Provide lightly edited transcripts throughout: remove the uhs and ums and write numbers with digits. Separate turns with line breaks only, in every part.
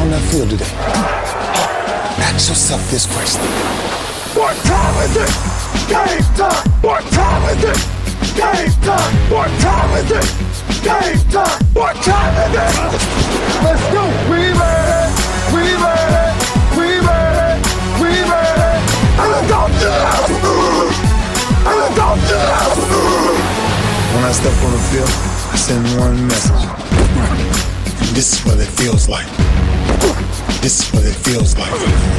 on that field today? Ask yourself this question. What time is it? Game time! What time is it? Game time! What time is it? Game time! What time is it? Let's go! We made it! We made it! We made it! We made it! And it's all good! And it's all good! When I step on the field, I send one message. This is what it feels like. This is what it feels like.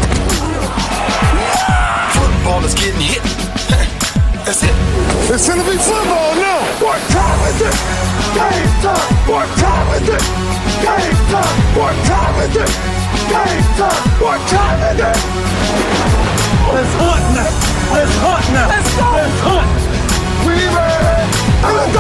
Football is getting hit. That's it. It's gonna be football now. What time is it? Game time. What time is it? Game time. What time is it? Game time. What time is it? Let's hunt now. Let's hunt now. Let's go. Let's hunt. We made it.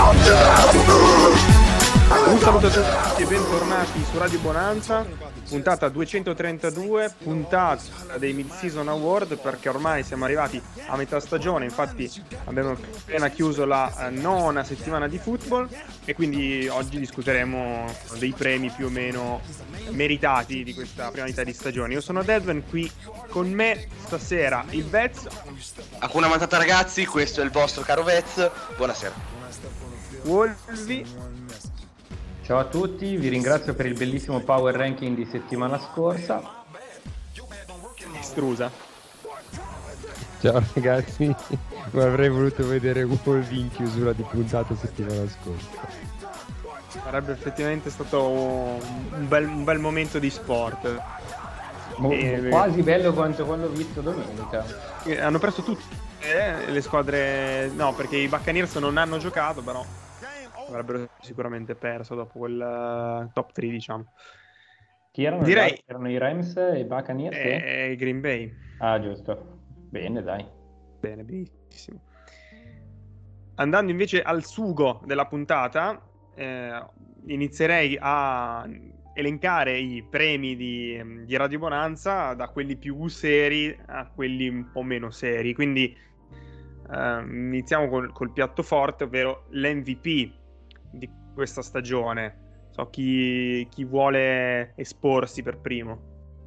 Un saluto a tutti e bentornati su Radio Bonanza, puntata 232, puntata dei Mid-Season Award, perché ormai siamo arrivati a metà stagione. Infatti abbiamo appena chiuso la nona settimana di football e quindi oggi discuteremo dei premi più o meno meritati di questa prima metà di stagione. Io sono Deadman, qui con me stasera il Vez.
Hakuna Matata ragazzi, questo è il vostro caro Vez, buonasera.
Wolvi.
Ciao a tutti, vi ringrazio per il bellissimo power ranking di settimana scorsa.
Strusa.
Ciao ragazzi, ma avrei voluto vedere Wolvi in chiusura di puntata settimana scorsa.
Sarebbe effettivamente stato un bel momento di sport.
Quasi bello quanto quello visto domenica.
Hanno preso tutte le squadre, no, perché i Buccaneers non hanno giocato, però avrebbero sicuramente perso dopo quel top 3, diciamo.
Chi erano?
Direi
erano i Rams e i Buccaneers
e Green Bay.
Ah, giusto. Bene, dai.
Bene, benissimo. Andando invece al sugo della puntata, inizierei a elencare i premi di Radio Bonanza, da quelli più seri a quelli un po' meno seri. Quindi iniziamo col piatto forte, ovvero l'MVP di questa stagione. So chi vuole esporsi per primo.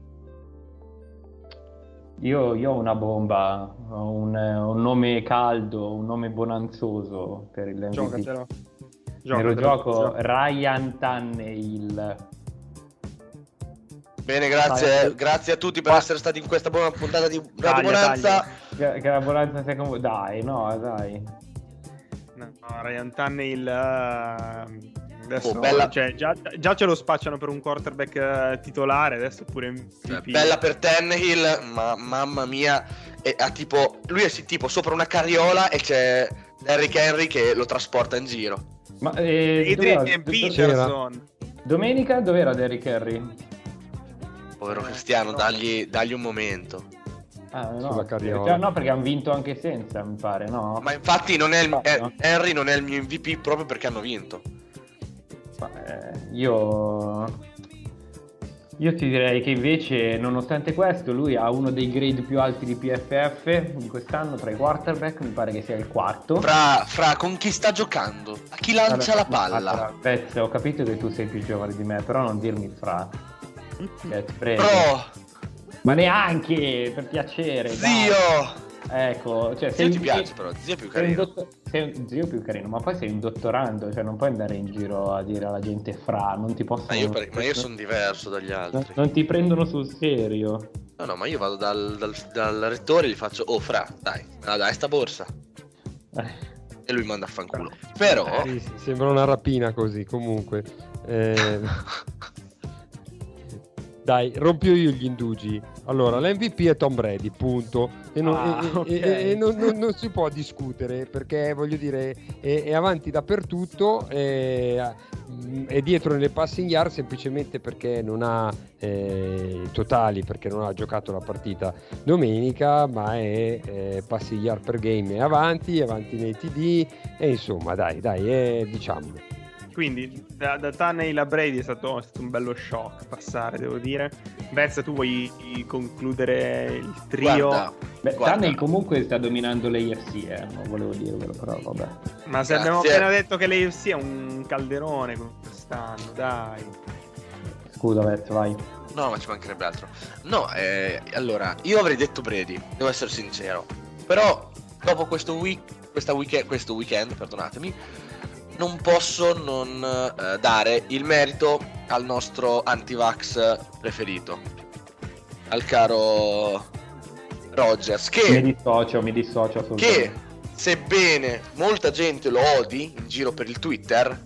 Io ho una bomba, ho un nome caldo, un nome bonanzoso per il MVP.
Giocatelo.
Me lo gioco. Ryan Tannehill.
Bene, grazie a tutti per essere stati in questa buona puntata di Radio Bonanza.
Che la Bonanza sia con voi. Dai, dai.
No, Ryan Tannehill adesso
bella.
Cioè, già ce lo spacciano per un quarterback titolare, adesso pure MVP.
Bella per Tannehill, ma mamma mia, lui è tipo sopra una carriola e c'è Derrick Henry che lo trasporta in giro.
Ma
Adrian Peterson.
Domenica dov'era Derrick Henry?
Povero Cristiano, dagli un momento.
No, perché hanno vinto anche senza, mi pare, no?
Ma infatti Henry non è il mio MVP proprio perché hanno vinto.
Io ti direi che invece, nonostante questo, lui ha uno dei grade più alti di PFF di quest'anno tra i quarterback, mi pare che sia il quarto.
Fra con chi sta giocando? A chi lancia la palla?
Pezzo, ho capito che tu sei più giovane di me, però non dirmi fra. Ti prego. Ma neanche, per piacere.
Zio!
Dai. Ecco, cioè,
Zio ti piace però, zio è più carino.
Zio più carino, ma poi sei un dottorando, cioè non puoi andare in giro a dire alla gente fra, non ti possono...
Ma io sono diverso dagli altri.
Non ti prendono sul serio.
No, ma io vado dal rettore e gli faccio, oh fra, dai sta borsa. E lui manda a fanculo. Però...
sembra una rapina così, comunque. Dai, rompio io gli indugi. Allora, l'MVP è Tom Brady, punto. E non si può discutere, perché voglio dire, è avanti dappertutto, è dietro nelle passing yard semplicemente perché non ha totali, perché non ha giocato la partita domenica, ma è passing yard per game, è avanti nei TD, e insomma dai, diciamo.
Quindi da Tannehill a Brady è stato un bello shock passare, devo dire. Vez, tu vuoi concludere il trio?
Guarda. Tannehill comunque sta dominando l'AFC, non volevo dirvelo, però vabbè.
Ma se abbiamo appena detto che l'AFC è un calderone quest'anno, dai.
Scusa, Vez, vai.
No, ma ci mancherebbe altro. No, allora, io avrei detto Brady, devo essere sincero. Però, dopo questo weekend, perdonatemi, non posso non dare il merito al nostro anti-vax preferito, al caro Rodgers, che
mi dissocio assolutamente.
Che, sebbene molta gente lo odi in giro per il Twitter,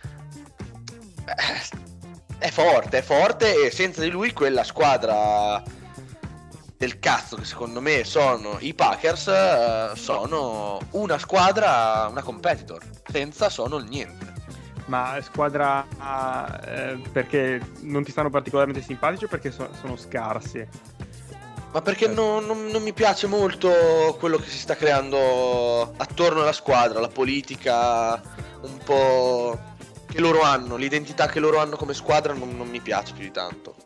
è forte, e senza di lui quella squadra del cazzo che secondo me sono i Packers sono una squadra, una competitor, senza sono il niente.
Ma squadra perché non ti stanno particolarmente simpatici o perché sono scarsi?
Ma perché non mi piace molto quello che si sta creando attorno alla squadra, la politica un po' che loro hanno, l'identità che loro hanno come squadra non mi piace più di tanto.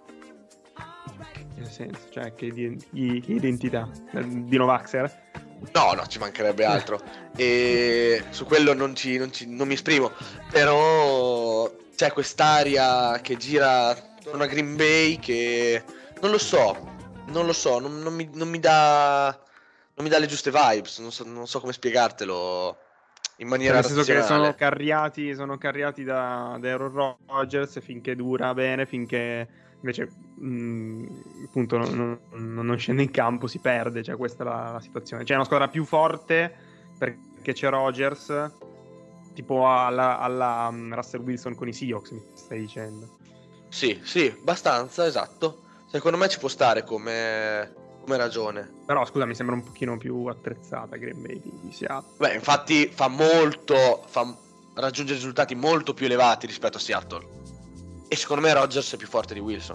Nel senso, cioè che identità? Di Novaxer?
No, ci mancherebbe altro. E su quello non mi esprimo. Però c'è quest'aria che gira attorno a Green Bay che non lo so, non mi dà le giuste vibes, non so come spiegartelo in maniera
nel senso che
razionale.
sono carriati da Aaron Rodgers finché dura bene, finché invece appunto non scende in campo, si perde, cioè questa è la situazione. C'è una squadra più forte perché c'è Rodgers, tipo alla Russell Wilson con i Seahawks, mi stai dicendo?
Sì, abbastanza, esatto. Secondo me ci può stare come ragione.
Però scusa, mi sembra un pochino più attrezzata Green Bay di Seattle.
Beh, infatti raggiunge risultati molto più elevati rispetto a Seattle. E secondo me Rodgers è più forte di Wilson.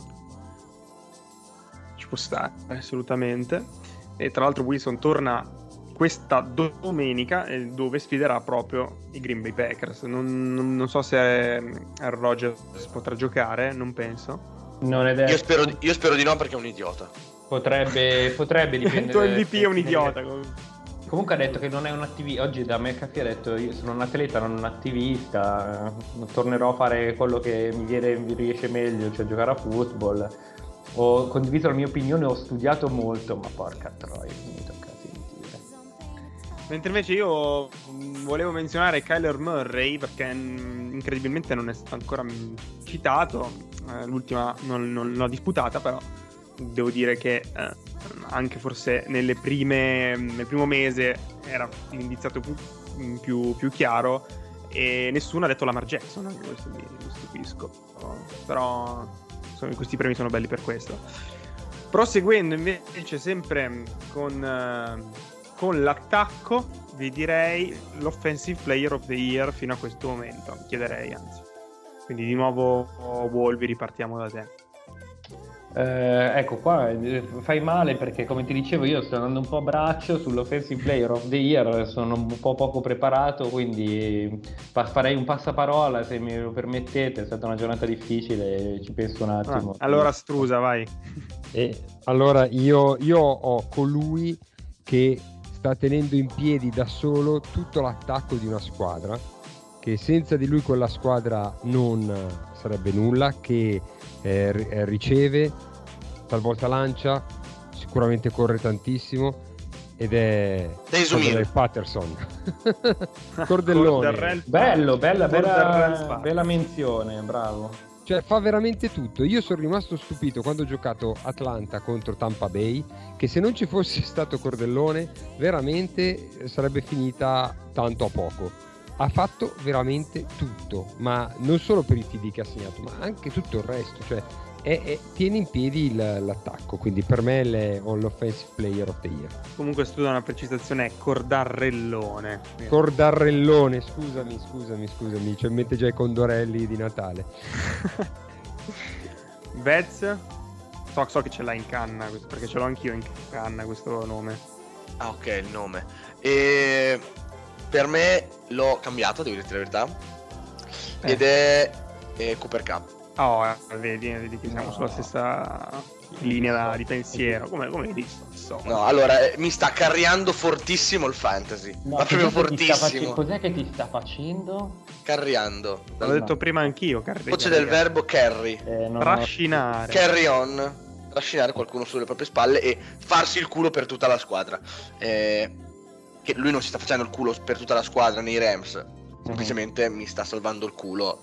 Ci può stare, assolutamente. E tra l'altro Wilson torna questa domenica, dove sfiderà proprio i Green Bay Packers. Non so se Rodgers potrà giocare, non penso.
Non è detto.
Io spero di no, perché è un idiota.
Potrebbe dipendere.
Il tuo MVP è un idiota.
Comunque ha detto che non è un attivista. Oggi da McAfee ha detto: io sono un atleta, non un attivista. Tornerò a fare quello che mi riesce meglio, cioè giocare a football. Ho condiviso la mia opinione, ho studiato molto, ma porca troia, mi tocca sentire.
Mentre invece io volevo menzionare Kyler Murray, perché incredibilmente non è stato ancora citato. L'ultima non l'ho disputata, però devo dire che anche forse nel primo mese era l'indiziato più chiaro, e nessuno ha detto Lamar Jackson, anche questo mi stupisco, però questi premi sono belli per questo. Proseguendo invece sempre con l'attacco, vi direi l'Offensive Player of the Year fino a questo momento, chiederei anzi. Quindi di nuovo Wolvi, ripartiamo da te.
Ecco qua fai male, perché come ti dicevo io sto andando un po' a braccio sull'Offensive Player of the Year, sono un po' poco preparato, quindi farei un passaparola se me lo permettete. È stata una giornata difficile, ci penso un attimo.
Allora Strusa, vai.
Allora io ho colui che sta tenendo in piedi da solo tutto l'attacco di una squadra, che senza di lui quella squadra non sarebbe nulla, che riceve, talvolta lancia, sicuramente corre tantissimo, ed è Patterson. Cordellone.
Bella menzione, bravo.
Cioè fa veramente tutto. Io sono rimasto stupito quando ho giocato Atlanta contro Tampa Bay, che se non ci fosse stato Cordellone veramente sarebbe finita tanto a poco. Ha fatto veramente tutto, ma non solo per i TD che ha segnato, ma anche tutto il resto, cioè tiene in piedi l'attacco, quindi per me è l'Offensive Player of the Year.
Comunque studio una precisazione, è Cordarrellone,
scusami, c'è in mente già i condorelli di Natale.
Vez, so che ce l'hai in canna, perché ce l'ho anch'io in canna questo nome.
Ah, ok, il nome. E per me l'ho cambiato, devo dirti la verità, ed è Cooper Cup.
Oh, vedi che siamo sulla stessa linea di pensiero. Come dici?
No, allora mi sta carriando fortissimo il fantasy.
No,
ma proprio fortissimo.
Cos'è che ti sta facendo?
carriando.
L'ho detto prima anch'io,
Voce del verbo carry.
Trascinare.
Carry on. Trascinare qualcuno sulle proprie spalle e farsi il culo per tutta la squadra. Che lui non si sta facendo il culo per tutta la squadra nei Rams. Semplicemente mi sta salvando il culo.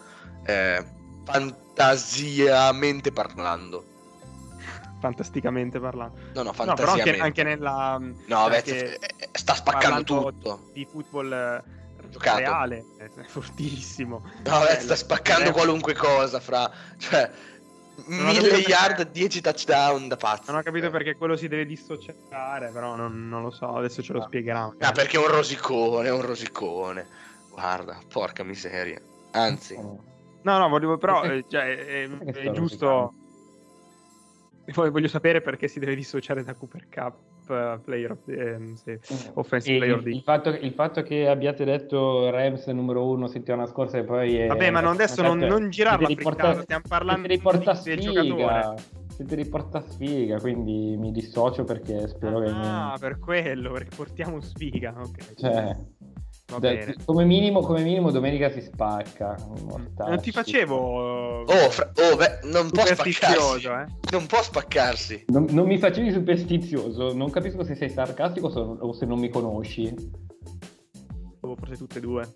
Fantasiamente parlando.
Fantasticamente parlando.
No, fantasiamente.
Però anche nella...
No, sta spaccando tutto.
Di football
giocato.
reale, è fortissimo.
No, sta spaccando qualunque cosa, cioè 1000 yard, 10 touchdown da pazzo.
Non ho capito perché quello si deve dissociare, però non lo so, adesso ce lo spiegheranno.
Perché è un rosicone. Guarda, porca miseria. Anzi.
No, volevo però è giusto. Voglio sapere perché si deve dissociare da Cooper Cup player of the offensive player of the
il fatto che abbiate detto Rams numero 1 settimana scorsa e poi
vabbè, ma adesso non girarla africano, stiamo parlando del giocatore.
Siete di porta sfiga, quindi mi dissocio perché spero che
per quello, perché portiamo sfiga, ok.
Cioè, come minimo domenica si spacca.
Non ti facevo
non può spaccarsi. Non può spaccarsi.
Non mi facevi superstizioso. Non capisco se sei sarcastico o se non mi conosci.
Forse tutte e due.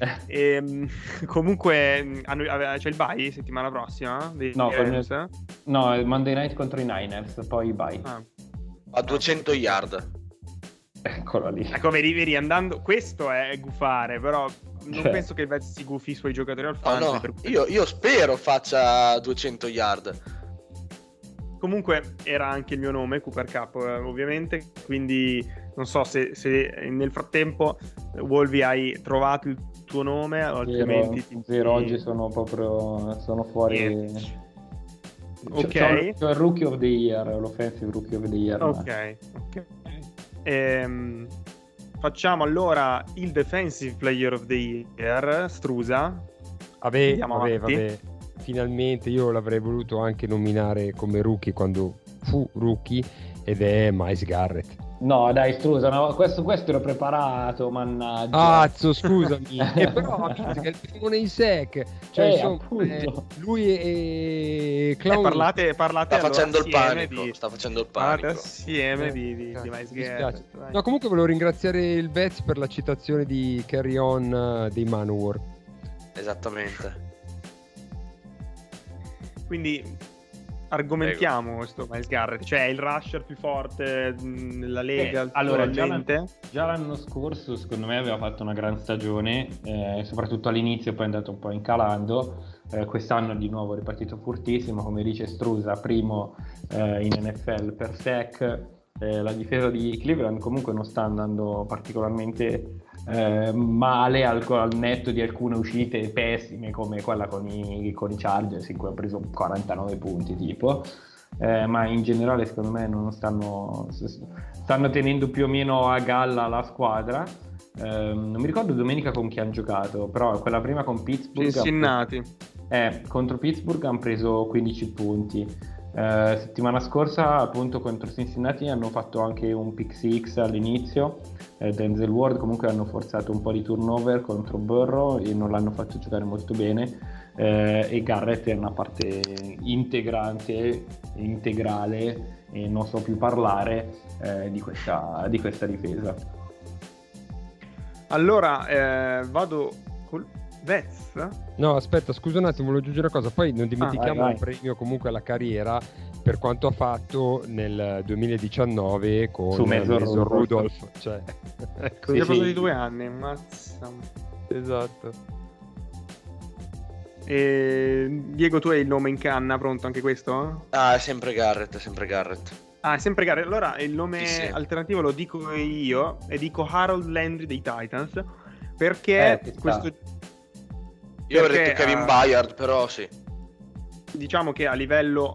Comunque c'è il bye settimana prossima
no, il Monday Night contro i Niners, poi bye
a 200 yard.
Eccolo lì.
Come vedi andando, questo è gufare, però non penso che il Vets si gufi i suoi giocatori al fantasy.
Io spero faccia 200 yard.
Comunque era anche il mio nome, Cooper Cup, ovviamente, quindi non so se nel frattempo Wolvi hai trovato il tuo nome o altrimenti
oggi sono fuori.
Ok.
C'è il Rookie of the Year, l'Offensive Rookie of the Year.
Ok. Facciamo allora il Defensive Player of the Year, Strusa.
Vabbè. Finalmente io l'avrei voluto anche nominare come rookie quando fu rookie, ed è Myles Garrett.
No dai Strusa, no, questo ero preparato, mannaggia.
Scusami. E però che è il primo nei sack, cioè insomma, lui e Clown
parlate
sta facendo il panico.
Parlate assieme di Myles Garrett.
No, comunque volevo ringraziare il Vets per la citazione di Carry On dei Manowar.
Esattamente.
Quindi argomentiamo questo Myles Garrett, cioè il rusher più forte nella Lega.
Allora, già l'anno scorso secondo me aveva fatto una gran stagione, soprattutto all'inizio, poi è andato un po' incalando. Quest'anno di nuovo è ripartito fortissimo, come dice Strusa, primo in NFL per sack. La difesa di Cleveland comunque non sta andando particolarmente male, al netto di alcune uscite pessime come quella con i Chargers in cui ha preso 49 punti tipo, ma in generale secondo me non stanno tenendo più o meno a galla la squadra. Non mi ricordo domenica con chi hanno giocato, però quella prima con Pittsburgh,
Cincinnati,
contro Pittsburgh hanno preso 15 punti. Settimana scorsa appunto contro Cincinnati hanno fatto anche un pick six all'inizio. Denzel Ward comunque hanno forzato un po' di turnover contro Burrow e non l'hanno fatto giocare molto bene, e Garrett è una parte integrale e non so più parlare di questa difesa.
Allora vado col Vets.
No, aspetta, scusa un attimo, volevo aggiungere una cosa. Poi non dimentichiamo
vai.
un premio comunque alla carriera per quanto ha fatto nel 2019 con Mason Rudolph. Cioè,
ecco, sì, di 2 anni, mazza.
Esatto.
Diego, tu hai il nome in canna, pronto anche questo?
È sempre Garrett.
È sempre Garrett. Allora il nome alternativo lo dico io e dico Harold Landry dei Titans, perché questo...
Io avrei detto Kevin Byard, però sì.
Diciamo che a livello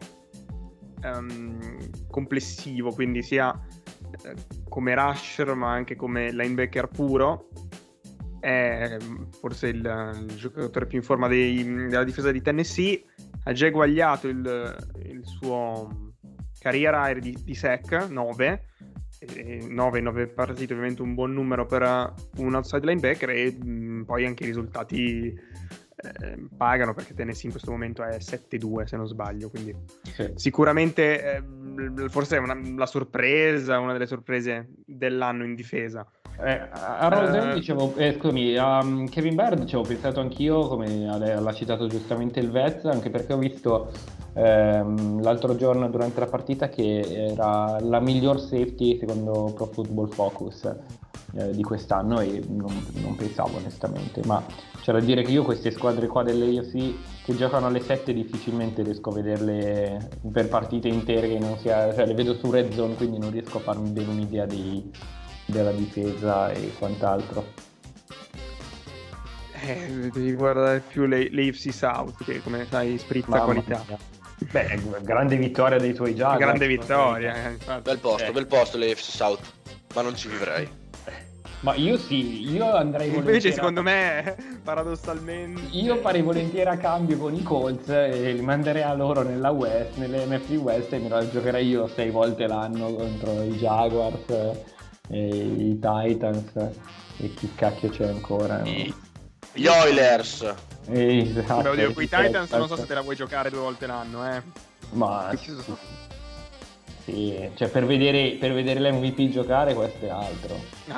complessivo, quindi sia come rusher ma anche come linebacker puro, è forse il giocatore più in forma della difesa di Tennessee. Ha già eguagliato il suo career high di sack 9, 9 partite, ovviamente un buon numero per un outside linebacker, e poi anche i risultati pagano, perché Tennessee in questo momento è 7-2 se non sbaglio, quindi
Sì.
sicuramente forse è la sorpresa, una delle sorprese dell'anno in difesa.
A Rosen dicevo, scusami, a Kevin Byard ci avevo pensato anch'io, come l'ha citato giustamente il Vez, anche perché ho visto l'altro giorno durante la partita che era la miglior safety secondo Pro Football Focus di quest'anno, e non pensavo onestamente, ma c'è da dire che io queste squadre qua dell'AFC che giocano alle 7 difficilmente riesco a vederle per partite intere, che non sia, cioè le vedo su Red Zone, quindi non riesco a farmi bene un'idea della difesa e quant'altro.
Devi guardare più l'AFC South, che come sai sprizza qualità.
Beh, grande vittoria dei tuoi Jaguars.
Grande vittoria, infatti.
Bel posto l'AFC South, ma non ci vivrei.
Ma io andrei volentieri.
Invece secondo me, paradossalmente,
io farei volentieri a cambio con i Colts e li manderei a loro nella West, nelle NFC West, e me la giocherei io 6 volte l'anno contro i Jaguars e i Titans e chi cacchio c'è ancora, no?
Gli Oilers.
Esatto.
beh, oddio, quei Titans non so se te la vuoi giocare 2 volte l'anno,
Ma sì, cioè per vedere l'MVP giocare, questo è altro.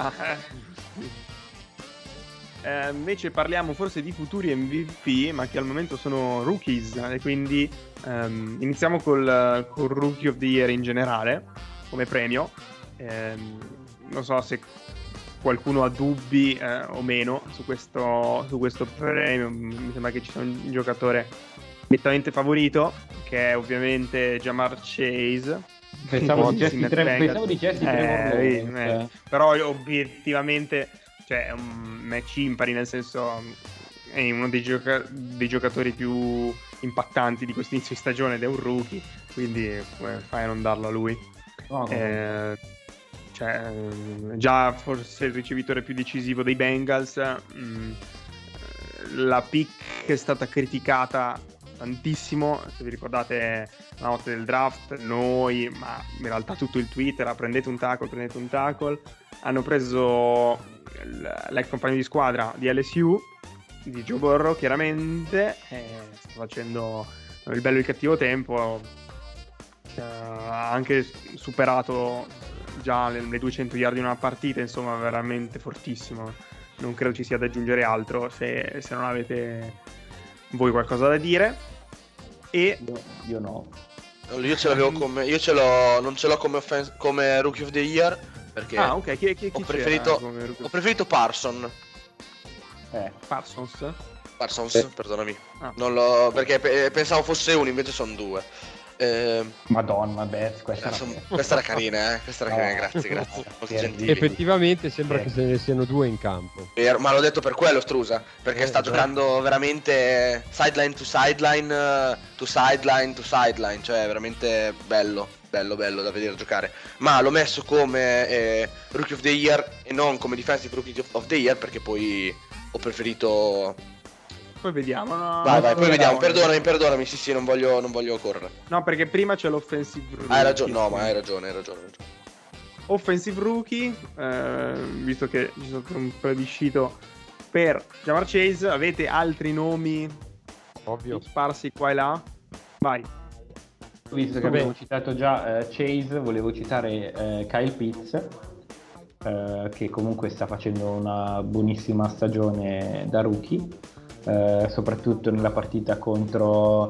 Invece parliamo forse di futuri MVP, ma che al momento sono rookies, e quindi iniziamo col Rookie of the Year in generale come premio. Non so se qualcuno ha dubbi o meno su questo premio. Mi sembra che ci sia un giocatore nettamente favorito, che è ovviamente Ja'Marr Chase.
Pensavo dicessi Trevor Lawrence.
Però obiettivamente, cioè, è un match impari, nel senso è uno dei giocatori più impattanti di questo inizio di stagione ed è un rookie, quindi fai a non darlo a lui. Cioè, già forse il ricevitore più decisivo dei Bengals. La pick è stata criticata tantissimo, se vi ricordate la notte del draft, noi, ma in realtà tutto il Twitter, prendete un tackle. Hanno preso l'ex compagno di squadra di LSU, di Joe Burrow, chiaramente, sta facendo il bello e il cattivo tempo, ha anche superato già le 200 yard in una partita, insomma veramente fortissimo. Non credo ci sia da aggiungere altro, se non avete voi qualcosa da dire. E
io no.
Io ce l'avevo non ce l'ho come Rookie of the Year, perché
ok, chi
ho preferito Parsons.
Parsons,
perdonami. Non l'ho, perché pensavo fosse uno, invece sono 2.
Madonna, Beth, questa
era carina, questa era carina, grazie. Molto gentili.
Effettivamente sembra che se ne siano 2 in campo.
Ma l'ho detto per quello, Strusa, perché sta giocando veramente sideline to sideline, to sideline, cioè veramente bello da vedere giocare. Ma l'ho messo come Rookie of the Year e non come Defensive Rookie of the Year, perché poi ho preferito...
Poi vediamo.
Vai, poi vediamo. Perdonami, sì, non voglio correre.
No, perché prima c'è l'offensive rookie.
Hai ragione.
Offensive rookie, visto che ci sono un plebiscito per Ja'Marr Chase, avete altri nomi?
Ovvio.
Sparsi qua e là? Vai.
Visto che abbiamo citato già Chase, volevo citare Kyle Pitts, che comunque sta facendo una buonissima stagione da rookie. Soprattutto nella partita contro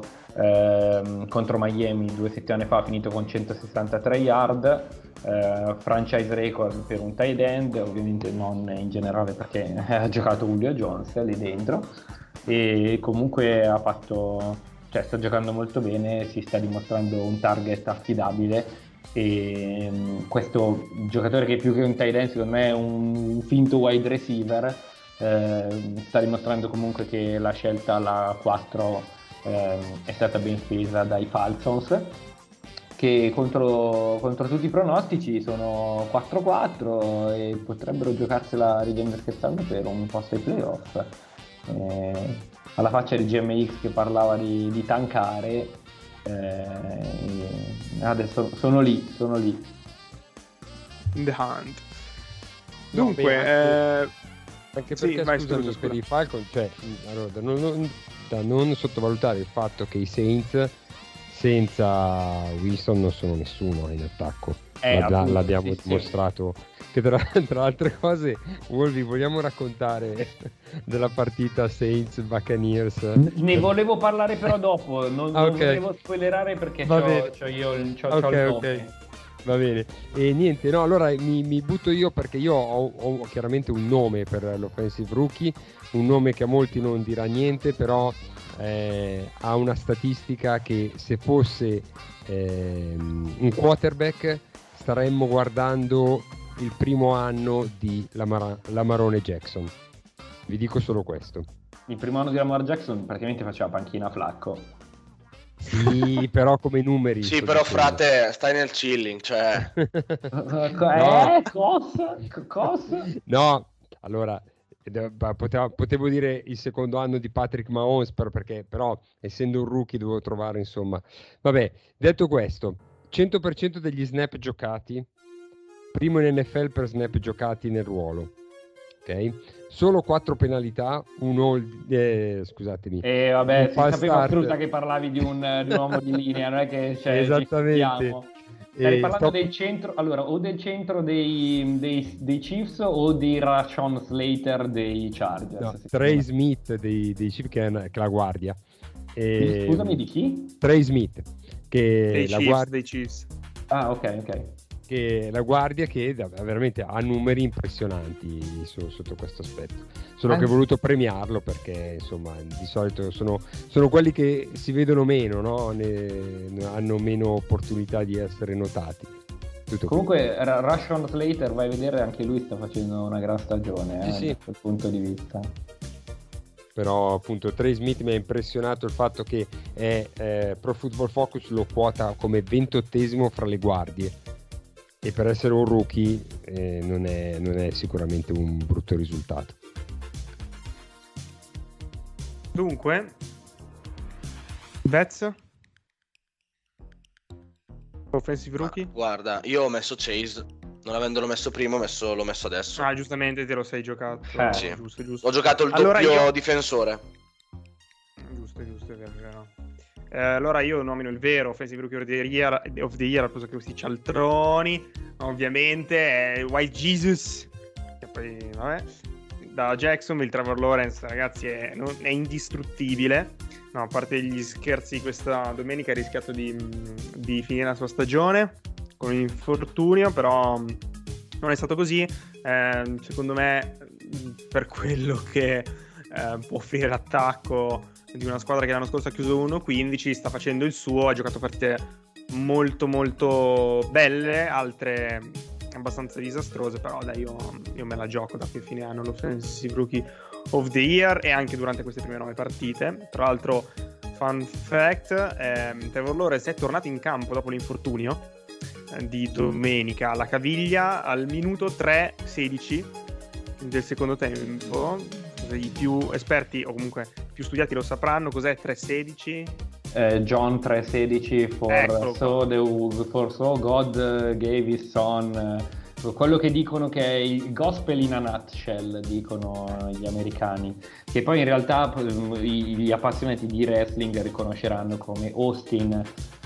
Miami 2 settimane fa, ha finito con 163 yard, franchise record per un tight end, ovviamente non in generale perché ha giocato Julio Jones lì dentro, e comunque sta giocando molto bene, si sta dimostrando un target affidabile, e questo giocatore, che più che un tight end secondo me è un finto wide receiver, sta dimostrando comunque che la scelta alla 4 è stata ben spesa dai Falcons, che contro tutti i pronostici sono 4-4 e potrebbero giocarsela ridendo scherzando per un posto ai playoff, alla faccia di GMX che parlava di tankare, adesso sono lì.
in the hunt.
No,
Dunque,
beh, anche
sì,
perché
vai,
scusami,
scusa.
per i Falcon, cioè, allora, da non sottovalutare il fatto che i Saints senza Wilson non sono nessuno in attacco.
Appunto,
L'abbiamo
sì,
dimostrato. Che tra altre cose, Wolvi, vogliamo raccontare della partita Saints Buccaneers?
Ne volevo parlare però dopo, non volevo spoilerare perché c'ho il nome.
Ok. Va bene, e niente, no, allora mi butto io perché io ho chiaramente un nome per l'offensive rookie, un nome che a molti non dirà niente, però ha una statistica che se fosse un quarterback staremmo guardando il primo anno di Lamarone Jackson. Vi dico solo questo.
Il primo anno di Lamar Jackson praticamente faceva panchina Flacco.
Sì, però come numeri.
Sì, però frate, stai nel chilling, cioè...
Cosa?
No, allora potevo dire il secondo anno di Patrick Mahomes, però essendo un rookie dovevo trovare, insomma. Vabbè, detto questo, 100% degli snap giocati, primo in NFL per snap giocati nel ruolo. Ok? Solo 4 penalità, scusatemi.
Vabbè, si sapeva frutta che parlavi di un uomo di linea, non è che
esattamente.
Stai parlando del centro, allora, o del centro dei Chiefs o di Rashawn Slater dei Chargers?
No, Trey Smith dei Chiefs, che è la guardia.
Scusami, di chi?
Trey Smith, che
dei
la
Chiefs, dei Chiefs.
Ah, ok.
Che la guardia che veramente ha numeri impressionanti sotto questo aspetto, solo che ho voluto premiarlo perché insomma di solito sono quelli che si vedono meno, no? Hanno meno opportunità di essere notati.
Comunque Rashawn Slater, vai a vedere, anche lui sta facendo una gran stagione
sì.
Da quel punto di vista.
Però appunto Trey Smith mi ha impressionato il fatto che Pro Football Focus lo quota come 28esimo fra le guardie. E per essere un rookie non è sicuramente un brutto risultato.
Dunque, Vez? Offensive rookie?
Guarda, io ho messo Chase, non avendolo messo prima l'ho messo adesso.
Ah, giustamente te lo sei giocato.
Sì.
Giusto.
Ho giocato il doppio difensore.
Giusto, è vero. Allora io nomino il vero Offensive Rookie of the Year al posto che questi cialtroni, ovviamente è White Jesus, che poi vabbè, da Jacksonville. Trevor Lawrence, ragazzi, è indistruttibile, no, a parte gli scherzi, questa domenica ha rischiato di finire la sua stagione con un infortunio, però non è stato così. Secondo me, per quello che può offrire l'attacco di una squadra che l'anno scorso ha chiuso 1-15, sta facendo il suo, ha giocato partite molto molto belle, altre abbastanza disastrose, però dai, io me la gioco da qui a fine anno l'Offensive Rookie of the Year, e anche durante queste prime 9 partite. Tra l'altro, fun fact, Trevor Lawrence è tornato in campo dopo l'infortunio di domenica alla caviglia al minuto 3:16 del secondo tempo. I più esperti o comunque più studiati lo sapranno. Cos'è 3:16?
John 3:16 for so God gave his son, quello che dicono che è il gospel in a nutshell, dicono gli americani, che poi in realtà gli appassionati di wrestling riconosceranno come Austin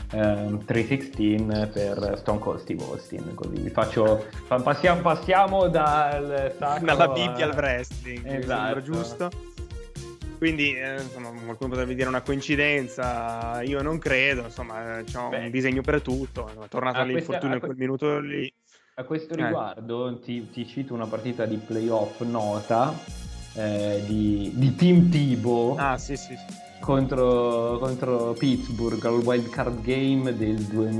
3:16 per Stone Cold Steve Austin. Così passiamo dalla
Bibbia al wrestling.
Esatto,
giusto. Quindi insomma, qualcuno potrebbe dire una coincidenza, io non credo, insomma c'è un disegno per tutto, è tornato all'infortunio in quel minuto lì.
A questo riguardo ti cito una partita di playoff nota di Tim Tebow.
Sì.
Contro Pittsburgh al wild card game del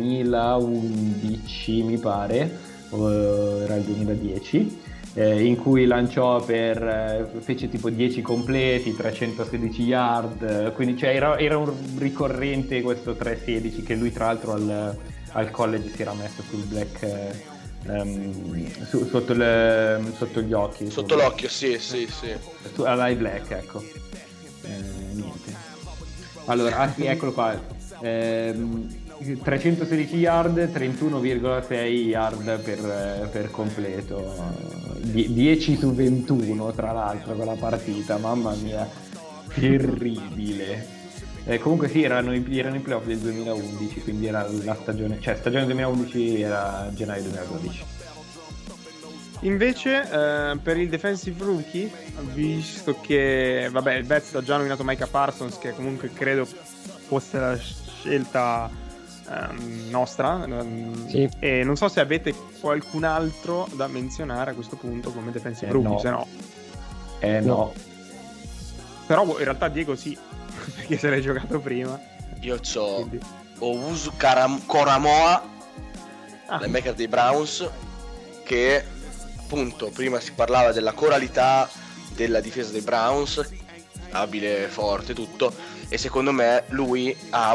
2011 mi pare, era il 2010, in cui lanciò fece tipo 10 completi, 316 yard, quindi cioè era un ricorrente questo 3:16 che lui tra l'altro al college si era messo sul black, sotto gli occhi,
sotto l'occhio, sì.
all'eye black, ecco. Niente. Allora, eccolo qua. 316 yard, 31,6 yard per completo, 10 su 21 tra l'altro con la partita, mamma mia, terribile. Comunque sì, erano i playoff del 2011, quindi era la stagione 2011 era gennaio 2012.
Invece per il defensive rookie, visto che vabbè, il Vets ha già nominato Micah Parsons, che comunque credo fosse la scelta nostra,
sì.
E non so se avete qualcun altro da menzionare a questo punto come defensive rookie,
no.
se no.
No.
Però in realtà Diego sì, perché se l'hai giocato prima.
Io c'ho
Quindi.
Owusu Koramoah, linebacker dei Browns, che appunto prima si parlava della coralità della difesa dei Browns, abile, forte, tutto, e secondo me lui ha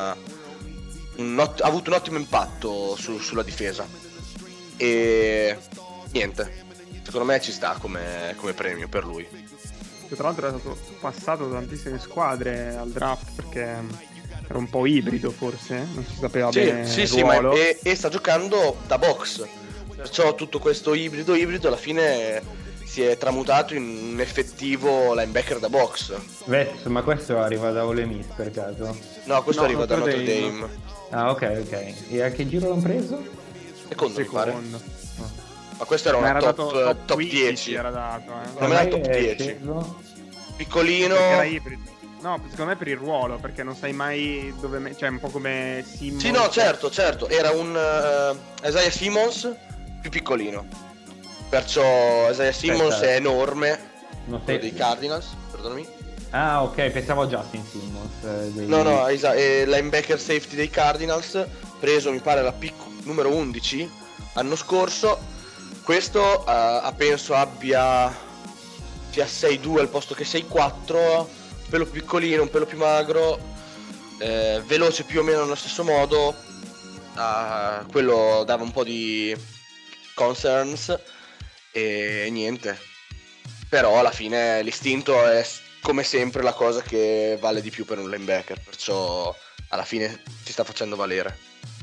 ha avuto un ottimo impatto sulla difesa, e niente, secondo me ci sta come premio per lui.
Che tra l'altro è stato passato da tantissime squadre al draft perché era un po' ibrido, forse non si sapeva bene il ruolo.
E sta giocando da box, perciò tutto questo ibrido alla fine si è tramutato in un effettivo linebacker da box.
Vets, ma questo arriva da Ole Miss per caso?
No, questo
No,
arriva da
Notre
Notre
Dame.
Dame.
Ah, ok. E a che giro l'hanno preso?
Secondo mi pare.
Secondo.
Ma questo era
Ma
una
era dato
top
15
10.
era dato,
Secondo me era top 10.
Sceso?
Piccolino.
Perché era ibrido. No, secondo me per il ruolo, perché non sai mai dove cioè un po' come Simmons.
Sì, no, certo. Era un Isaiah Simmons più piccolino. Perciò Isaiah Simmons è enorme.
Non
Quello
sei...
dei Cardinals, perdonami.
Ah, ok, pensavo a Justin Simmons.
No, linebacker safety dei Cardinals, preso mi pare la pick numero 11 anno scorso. Questo penso abbia sia 6'2 al posto che 6'4, un pelo piccolino, un pelo più magro, veloce più o meno nello stesso modo. Quello dava un po' di concerns e niente. Però alla fine l'istinto è come sempre la cosa che vale di più per un linebacker, perciò alla fine si sta facendo valere.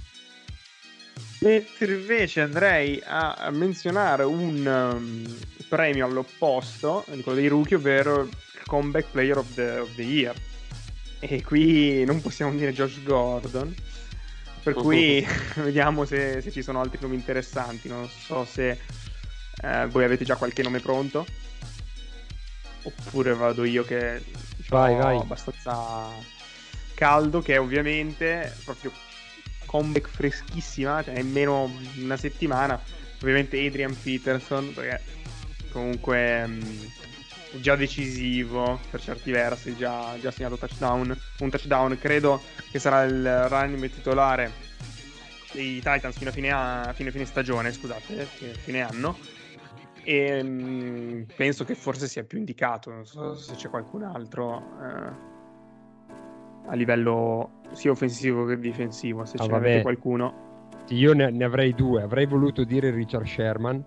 Mentre invece andrei a menzionare un premio all'opposto di quello dei rookie, ovvero il Comeback Player of the Year. E qui non possiamo dire Josh Gordon, per cui vediamo se ci sono altri nomi interessanti. Non so se voi avete già qualche nome pronto, oppure vado io che
vai.
abbastanza caldo, che è ovviamente proprio comeback freschissima, cioè nemmeno una settimana, ovviamente Adrian Peterson, perché comunque già decisivo per certi versi, già segnato un touchdown, credo che sarà il running back titolare dei Titans fino a fine stagione, scusate, fine anno, e penso che forse sia più indicato. Non so se c'è qualcun altro a livello sia offensivo che difensivo, se ce n'avete qualcuno.
Io ne avrei due. Avrei voluto dire Richard Sherman,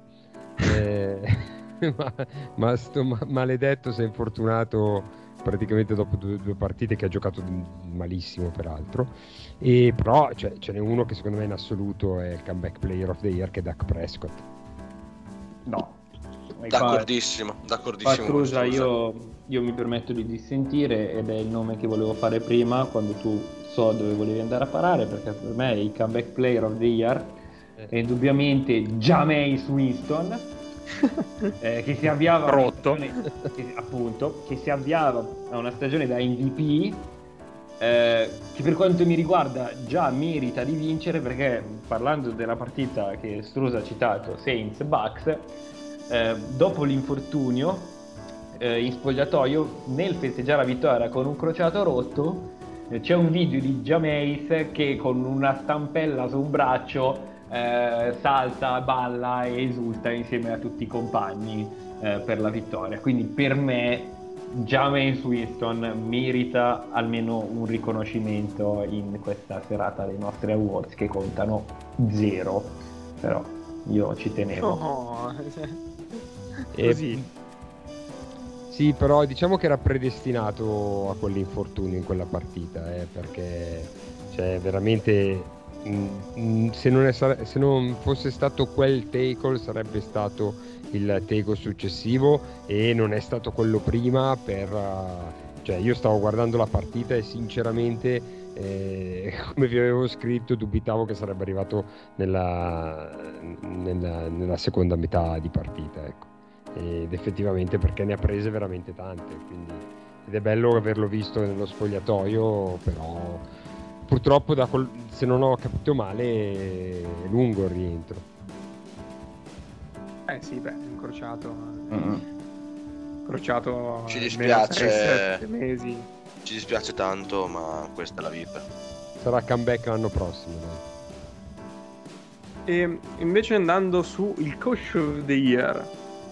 ma sto maledetto si è infortunato praticamente dopo due partite, che ha giocato malissimo peraltro. E però ce n'è uno che secondo me in assoluto è il Comeback Player of the Year, che è Dak Prescott.
No,
D'accordissimo.
Pastrusa, io mi permetto di dissentire, ed è il nome che volevo fare prima, quando tu so dove volevi andare a parare, perché per me il Comeback Player of the Year è indubbiamente Jameis Winston, che si avviava
rotto,
che si avviava a una stagione da MVP, che per quanto mi riguarda già merita di vincere, perché parlando della partita che Strusa ha citato, Saints-Bucks, dopo l'infortunio in spogliatoio, nel festeggiare la vittoria con un crociato rotto, c'è un video di Jameis che con una stampella su un braccio salta, balla e esulta insieme a tutti i compagni per la vittoria. Quindi per me Jameis Winston merita almeno un riconoscimento in questa serata dei nostri awards, che contano 0, però io ci tenevo.
Così.
Sì, però diciamo che era predestinato a quell'infortunio in quella partita, perché cioè veramente se non fosse stato quel tackle sarebbe stato il tackle successivo e non è stato quello prima cioè io stavo guardando la partita e sinceramente come vi avevo scritto dubitavo che sarebbe arrivato nella seconda metà di partita, ecco. Ed effettivamente perché ne ha prese veramente tante, ed è bello averlo visto nello spogliatoio, però purtroppo se non ho capito male è lungo il rientro.
Sì, incrociato
ci dispiace
6-7 mesi.
Ci dispiace tanto, ma questa è la vita.
Sarà comeback l'anno prossimo, dai.
E invece andando su il Coach of the Year,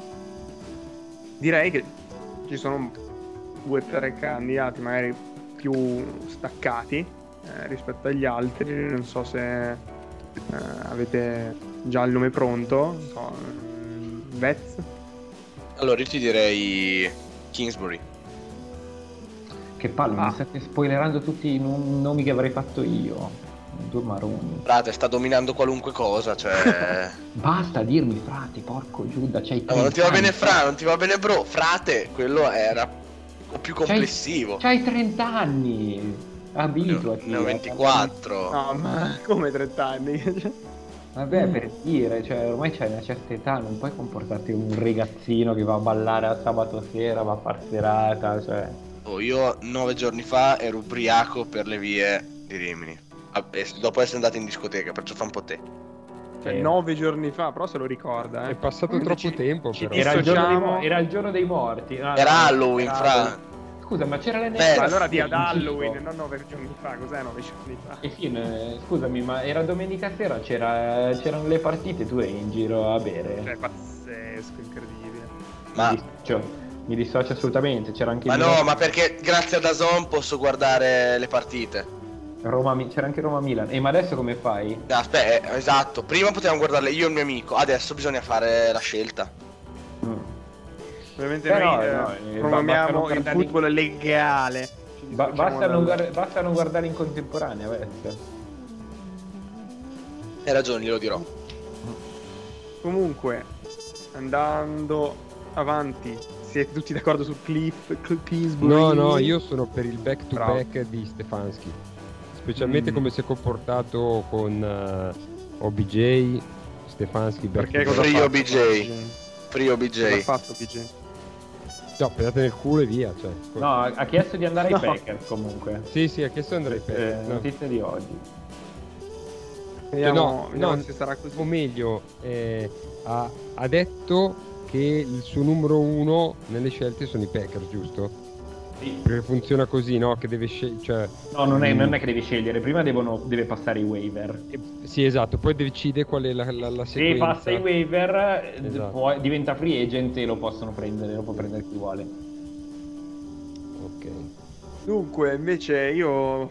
direi che ci sono 2 o 3 candidati magari più staccati rispetto agli altri. Non so se avete già il nome pronto. Non so, Vez?
Allora io ti direi Kingsbury.
Che palle, mi state spoilerando tutti i nomi che avrei fatto io. 2 maroni.
Frate, sta dominando qualunque cosa, cioè.
Basta dirmi frate, porco Giuda, c'hai
No, non ti va bene non ti va bene bro. Frate, quello era più complessivo.
C'hai 30 anni. Abituati.
Ne ho 24.
No, ma come 30 anni?
Vabbè, per dire, cioè ormai c'hai una certa età, non puoi comportarti come un ragazzino che va a ballare a sabato sera, va a far serata, cioè.
Io 9 giorni fa ero ubriaco per le vie di Rimini. Dopo essere andato in discoteca, perciò fa un po' te.
Cioè, 9 giorni fa, però se lo ricorda.
È passato troppo tempo, però.
Era il giorno dei morti. No,
era Halloween, fra.
Scusa, ma c'era
ma allora di ad Halloween, non 9 giorni fa. Cos'è 9 giorni fa?
E fine, scusami, ma era domenica sera, c'erano le partite, tu eri in giro a bere.
Cioè, pazzesco, incredibile.
Ma
mi dissocio assolutamente, c'era anche
ma perché grazie a DAZN posso guardare le partite.
C'era anche Roma-Milan. Ma adesso come fai?
Aspetta, esatto. Prima potevamo guardarle io e il mio amico. Adesso bisogna fare la scelta.
Ovviamente noi promuoviamo il football legale.
Basta non guardare in contemporanea, adesso.
Hai ragione, glielo dirò.
Comunque, andando avanti, siete tutti d'accordo su Kingsbury?
No, io sono per il back to back di Stefanski. Specialmente come si è comportato con OBJ, Stefanski.
Perché
cosa Free OBJ? Free OBJ.
Cosa ha fatto OBJ?
No, pedate nel culo e via, cioè.
No, ha chiesto di andare ai Packers comunque.
Sì, ha chiesto di andare ai Packers.
Notizia di oggi.
Vediamo se sarà così.
O meglio, ha detto che il suo numero 1 nelle scelte sono i Packers, giusto?
Sì.
Perché funziona così, no? Che deve scegliere.
No, non è che devi scegliere, prima deve passare i waiver.
Sì, esatto, poi decide qual è la sequenza.
Se passa i waiver, esatto. Diventa free agent e lo possono prendere, lo può prendere chi vuole.
Ok.
Dunque, invece io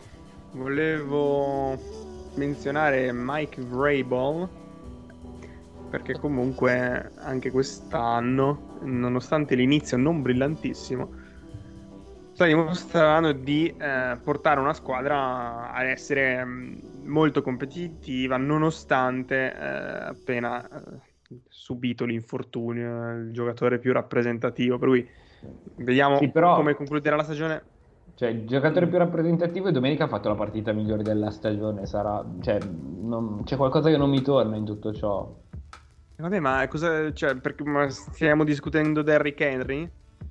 volevo menzionare Mike Vrabel, perché comunque anche quest'anno, nonostante l'inizio non brillantissimo, sta dimostrando di portare una squadra a essere molto competitiva, nonostante appena subito l'infortunio, il giocatore più rappresentativo. Per cui vediamo come concluderà la stagione.
Cioè, il giocatore più rappresentativo e domenica ha fatto la partita migliore della stagione. C'è qualcosa che non mi torna in tutto ciò.
Vabbè, ma cosa? Cioè, perché stiamo discutendo Derrick Henry?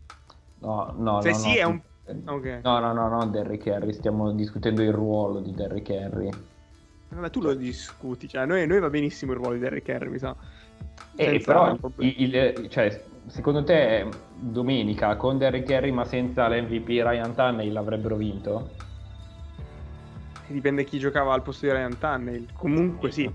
No.
Se sì,
no.
è un. Okay.
No, Derrick Henry, stiamo discutendo il ruolo di Derrick Henry.
Vabbè, tu lo discuti, cioè noi va benissimo il ruolo di Derrick Henry, mi sa.
Però cioè, secondo te domenica con Derrick Henry ma senza l'MVP Ryan Tannehill l'avrebbero vinto?
Dipende chi giocava al posto di Ryan Tannehill. Comunque sì.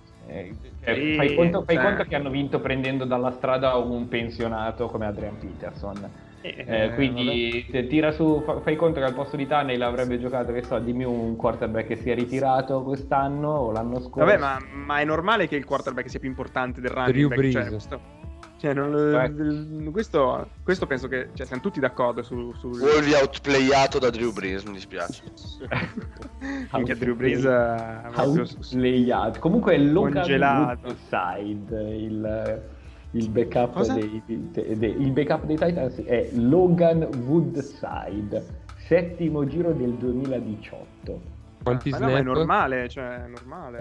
Fai conto che hanno vinto prendendo dalla strada un pensionato come Adrian Peterson. Quindi tira su, fai conto che al posto di Tannehill avrebbe giocato, che so, dimmi un quarterback che si è ritirato quest'anno o l'anno scorso.
Vabbè, ma è normale che il quarterback sia più importante del running back, cioè, Cioè, questo penso che siamo tutti d'accordo sul
Wolvi outplayato da Drew Brees, mi dispiace.
Anche Drew Brees
outplayato. Comunque è Logan
congelato.
Woodside, il backup
Cosa?
il backup dei Titans è Logan Woodside, 7° giro del 2018.
Quanti
Ma
snap?
no, ma è normale, cioè è normale.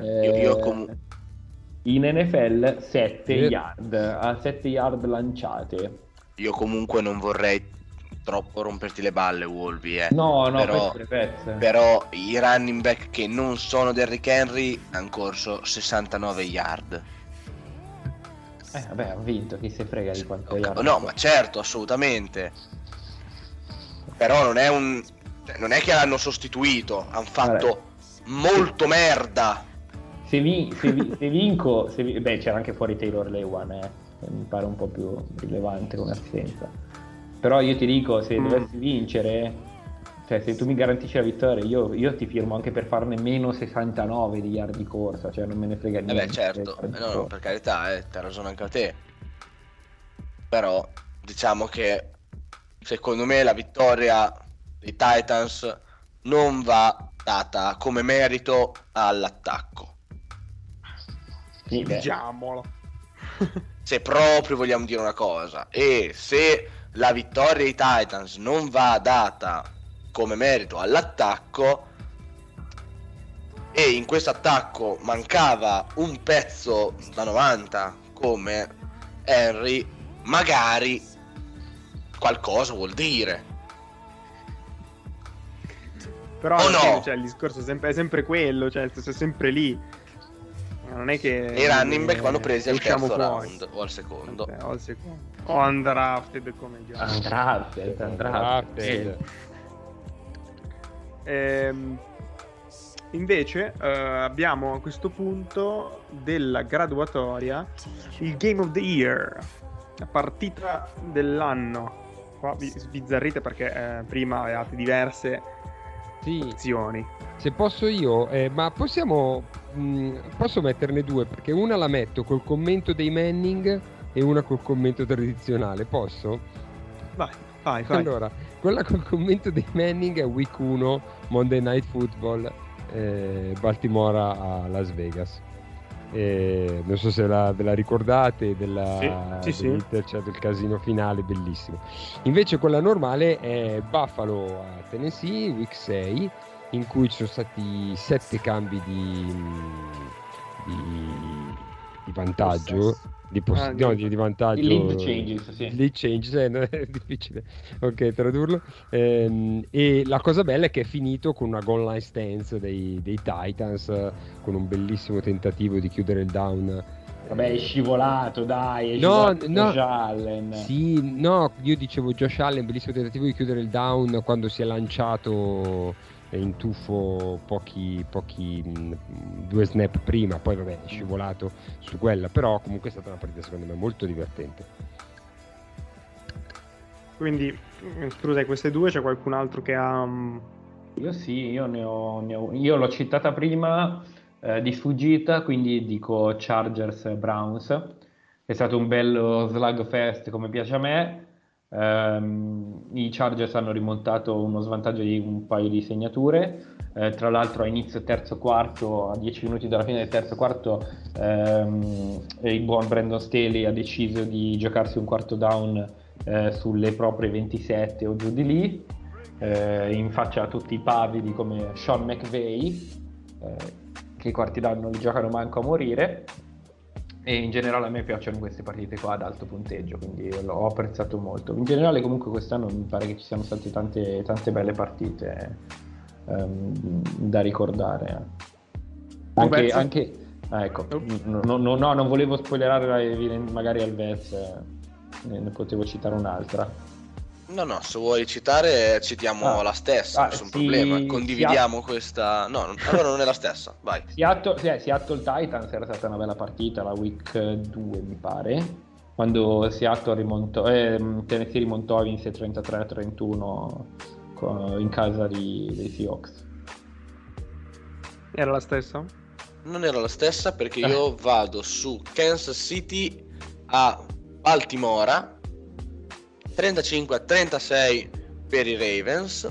In NFL 7
Sì.
yard, a 7 yard lanciate.
Io comunque non vorrei troppo romperti le balle, Wolvi,
No,
però,
pezze.
però i running back che non sono Derrick Henry hanno corso 69 yard.
Vabbè, ha vinto, chi se frega di quanto yard.
No, ma certo, assolutamente. Però non è che l'hanno sostituito, hanno fatto molto merda.
Se vinco, beh, c'era anche fuori Taylor Lewan, mi pare un po' più rilevante come assenza. Però io ti dico, se dovessi vincere, cioè se tu mi garantisci la vittoria, io ti firmo anche per farne meno 69 di yard di corsa, cioè non me ne frega niente.
Beh, certo, no, per carità, t'ha ragione anche a te. Però diciamo che secondo me la vittoria dei Titans non va data come merito all'attacco.
Sì, beh.
Diciamolo.
Se proprio vogliamo dire una cosa, e se la vittoria dei Titans non va data come merito all'attacco, e in questo attacco mancava un pezzo da 90 come Henry, magari qualcosa vuol dire.
Però
Oh,
alla fine,
no.
cioè, il discorso è sempre quello, cioè è sempre lì. Non è che
I running back vanno presi al
usciamo
terzo
fuori.
round o al secondo.
O al secondo. O undrafted come già.
Undrafted.
Invece abbiamo a questo punto della graduatoria il Game of the Year, la partita dell'anno. Qua vi sbizzarrite perché prima avevate diverse opzioni.
Se posso io, ma posso metterne due, perché una la metto col commento dei Manning e una col commento tradizionale, posso?
Vai.
Allora, quella col commento dei Manning è Week 1 Monday Night Football, Baltimore a Las Vegas. Non so se ve la ricordate
Sì.
cioè del casino finale, bellissimo. Invece quella normale è Buffalo a Tennessee, Week 6, in cui ci sono stati 7 cambi di vantaggio. Di vantaggio.
I lead changes, sì.
Lead changes, è difficile tradurlo. E la cosa bella è che è finito con una goal line stance dei Titans, con un bellissimo tentativo di chiudere il down.
Vabbè, è scivolato, dai.
Josh
Allen.
Sì, no, io dicevo Josh Allen, bellissimo tentativo di chiudere il down quando si è lanciato in tuffo pochi 2 snap prima, poi vabbè è scivolato su quella, però comunque è stata una partita secondo me molto divertente.
Quindi scusa, queste due c'è qualcun altro che ha
Io sì, io ne ho io l'ho citata prima di sfuggita, quindi dico Chargers Browns. È stato un bello slugfest come piace a me. I Chargers hanno rimontato uno svantaggio di un paio di segnature, tra l'altro a inizio terzo quarto, a 10 minuti dalla fine del terzo quarto, il buon Brandon Staley ha deciso di giocarsi un quarto down sulle proprie 27 o giù di lì, in faccia a tutti i pavidi come Sean McVay, che i quarti down non li giocano manco a morire. E in generale a me piacciono queste partite qua ad alto punteggio, quindi l'ho apprezzato molto. In generale comunque quest'anno mi pare che ci siano state tante belle partite da ricordare. Anche ecco, no, non volevo spoilerare magari al Vez, ne potevo citare un'altra.
No, se vuoi citare citiamo la stessa, nessun problema. Condividiamo questa. No, allora non è la stessa, vai.
Seattle Titans era stata una bella partita, la week 2 mi pare, quando Seattle Tennessee rimontò e vinse 33-31 in casa dei Seahawks.
Era la stessa?
Non era la stessa perché io vado su Kansas City a Baltimora, 35-36 per i Ravens.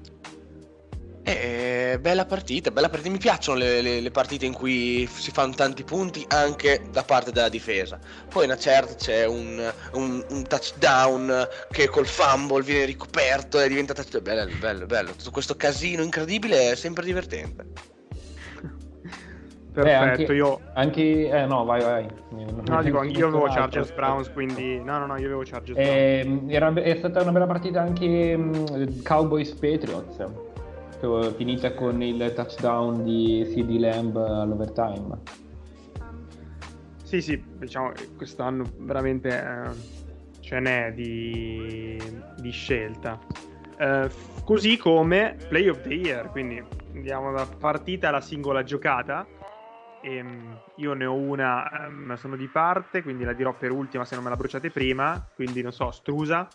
Bella partita. Mi piacciono le partite in cui si fanno tanti punti anche da parte della difesa. Poi una certa c'è un touchdown che col fumble viene ricoperto e diventa touchdown. Bello. Tutto questo casino incredibile è sempre divertente.
Perfetto,
vai.
Io avevo Chargers Browns, quindi io avevo Chargers Browns.
È stata una bella partita anche Cowboys Patriots, finita con il touchdown di CeeDee Lamb all'overtime.
Sì, diciamo che quest'anno veramente ce n'è di scelta. Così come Play of the Year, quindi andiamo da partita alla singola giocata. Io ne ho una, sono di parte, quindi la dirò per ultima se non me la bruciate prima, quindi non so, Strusa.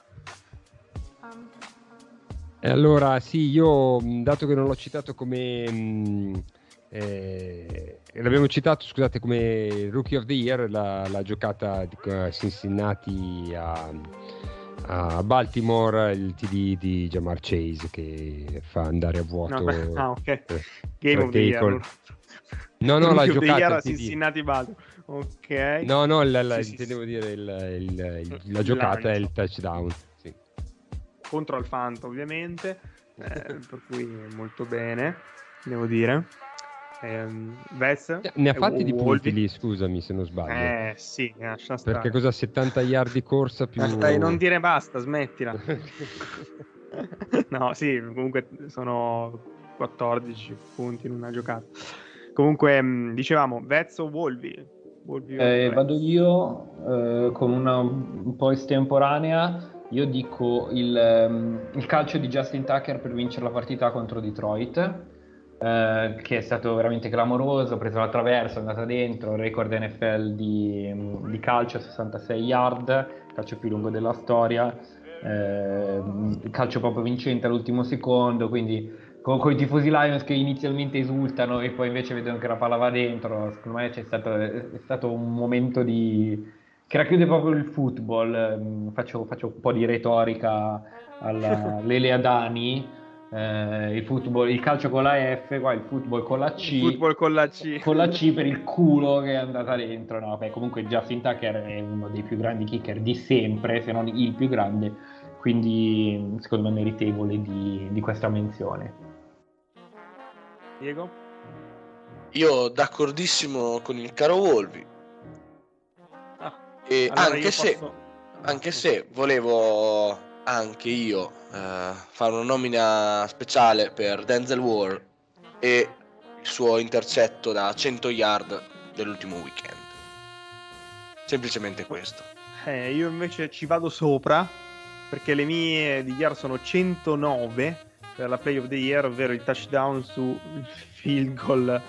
Allora sì, io dato che non l'ho citato come l'abbiamo citato, scusate, come Rookie of the Year, la giocata di Cincinnati a Baltimore, il TD di Jamar Chase che fa andare a vuoto
ok. Game of the Year.
No, la giocata
era Cincinnati Baltimore. Ok.
No, intendevo dire la giocata è il touchdown. Sì.
Contro Alfanta, ovviamente. Per cui molto bene, devo dire. Vez
ne ha fatti di punti lì, scusami se non sbaglio.
Sì, lascia stare.
Perché cosa 70 yard di corsa più
non dire basta, smettila. No, sì, comunque sono 14 punti in una giocata. Comunque, dicevamo, Vez o Volvi?
Vado io con una un po' estemporanea. Io dico il calcio di Justin Tucker per vincere la partita contro Detroit, che è stato veramente clamoroso. Ha preso la traversa, è andata dentro, record NFL di calcio, 66 yard, calcio più lungo della storia, calcio proprio vincente all'ultimo secondo, quindi con i tifosi Lions che inizialmente esultano e poi invece vedono che la palla va dentro. Secondo me è stato un momento che racchiude proprio il football. Faccio un po' di retorica alla Lele Adani. Il calcio con la F, qua il football con la C.
Il football con la C.
Con la C per il culo che è andata dentro. No, comunque Justin Tucker è uno dei più grandi kicker di sempre, se non il più grande, quindi secondo me meritevole di questa menzione.
Diego?
Io d'accordissimo con il caro Volvi. E allora anche se volevo anche io fare una nomina speciale per Denzel Ward e il suo intercetto da 100 yard dell'ultimo weekend. Semplicemente questo.
Io invece ci vado sopra, perché le mie di Year sono 109 per la Play of the Year, ovvero il touchdown su field goal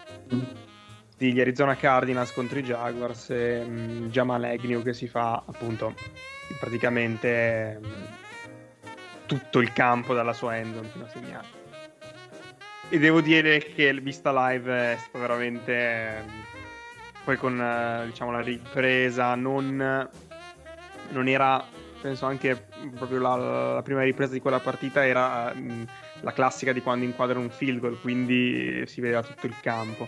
degli Arizona Cardinals contro i Jaguars, e Jamal Agnew che si fa appunto praticamente tutto il campo dalla sua endzone fino a segnare. E devo dire che vista live è stata veramente, poi con diciamo la ripresa non era, penso anche proprio la prima ripresa di quella partita era la classica di quando inquadrano un field goal, quindi si vedeva tutto il campo.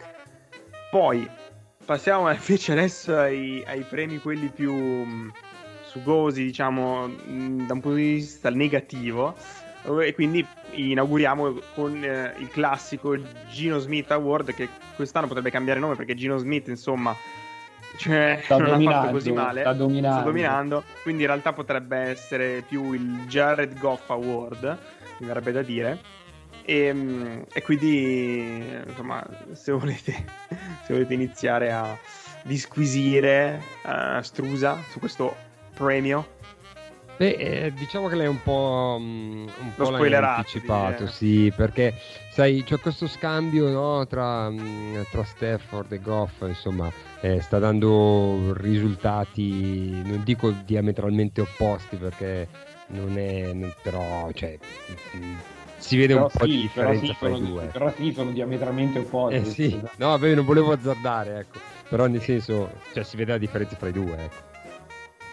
Poi passiamo invece adesso ai premi quelli più sugosi, diciamo, da un punto di vista negativo, e quindi inauguriamo con il classico Geno Smith Award, che quest'anno potrebbe cambiare nome perché Geno Smith insomma non ha fatto così male, sta dominando, quindi in realtà potrebbe essere più il Jared Goff Award, mi verrebbe da dire. E quindi insomma se volete iniziare a disquisire Strusa su questo premio.
Diciamo che lei è un po'
l'hai
anticipato, sì, perché sai c'è questo scambio, no, tra Stafford e Goff, insomma sta dando risultati, non dico diametralmente opposti perché però cioè si vede un po' di differenza fra i due.
Però sì, sono diametralmente opposti.
Sì. No, vabbè, non volevo azzardare, ecco. Però nel senso, cioè si vede la differenza fra i due, ecco.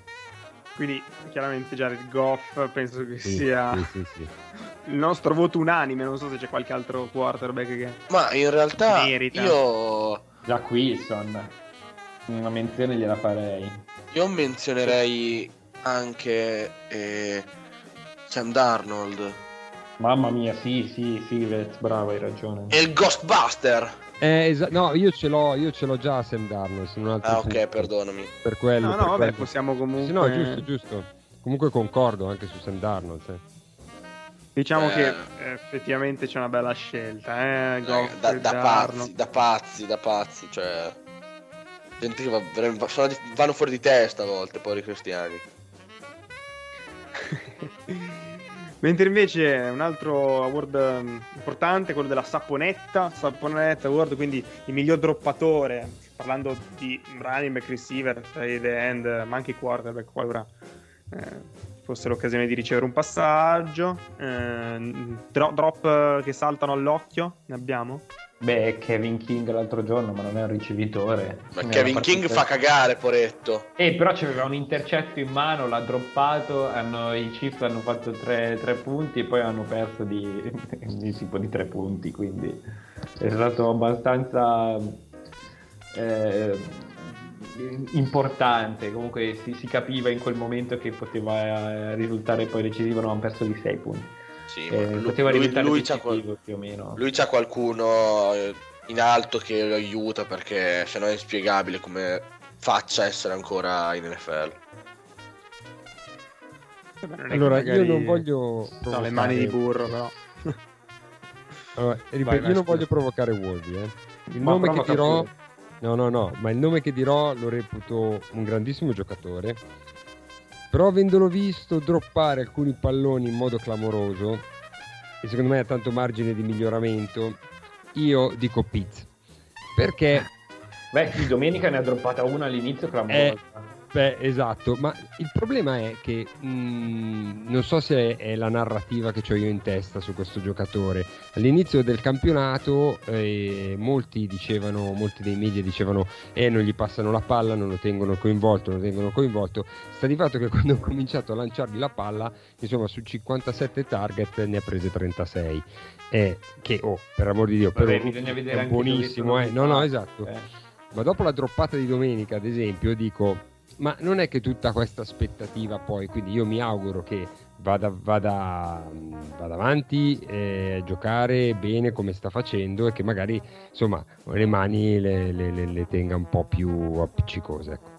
Quindi chiaramente Jared Goff penso che sia
sì.
il nostro voto unanime. Non so se c'è qualche altro quarterback che
Ma in realtà
merita.
io
Jack Wilson, una menzione gliela farei.
Io menzionerei anche Sam Darnold
Mamma mia, sì, Vez, bravo, hai ragione.
e il Ghostbuster.
No, io ce l'ho già Sam Darnold. In un altro
Ok,
punto.
perdonami.
Per quello.
No,
per
vabbè,
quello.
possiamo comunque...
Sì, no, giusto. Comunque concordo anche su Sam Darnold.
Diciamo che effettivamente c'è una bella scelta, Goff
Da
e Darnold.
pazzi, cioè gente che vanno fuori di testa a volte, poveri cristiani.
Mentre invece un altro award importante, quello della Saponetta Award, quindi il miglior droppatore, parlando di running back, receiver, tight end, ma anche quarterback, qualora fosse l'occasione di ricevere un passaggio. Drop che saltano all'occhio, ne abbiamo?
Beh, Kevin King l'altro giorno, ma non è un ricevitore.
Ma Kevin King fa cagare, poretto.
Però c'aveva un intercetto in mano, l'ha droppato, i Chiefs hanno fatto 3 punti e poi hanno perso di tipo di 3 punti, quindi è stato abbastanza importante. Comunque si capiva in quel momento che poteva risultare poi decisivo, non hanno perso di 6 punti.
Sì,
poteva risultare
lui
decisivo più o meno.
Lui c'ha qualcuno in alto che lo aiuta, perché sennò è inspiegabile come faccia essere ancora in NFL.
Allora, io non voglio
le mani di burro, però.
Allora, ripeto, io non voglio provocare Wolvi, Il nome che dirò no, ma il nome che dirò lo reputo un grandissimo giocatore, però avendolo visto droppare alcuni palloni in modo clamoroso, e secondo me ha tanto margine di miglioramento, io dico Pitts, perché
Beh, domenica ne ha droppata una all'inizio clamorosa.
Esatto, ma il problema è che non so se è la narrativa che ho io in testa su questo giocatore. All'inizio del campionato molti dei media dicevano non gli passano la palla, non lo tengono coinvolto. Sta di fatto che quando ho cominciato a lanciargli la palla, insomma, su 57 target ne ha prese 36, che per amor di Dio,
vabbè, bisogna vedere
è
anche
buonissimo, no, esatto. Ma dopo la droppata di domenica, ad esempio, dico: ma non è che tutta questa aspettativa poi, quindi io mi auguro che vada avanti a giocare bene come sta facendo, e che magari, insomma, le mani le tenga un po' più appiccicose, ecco.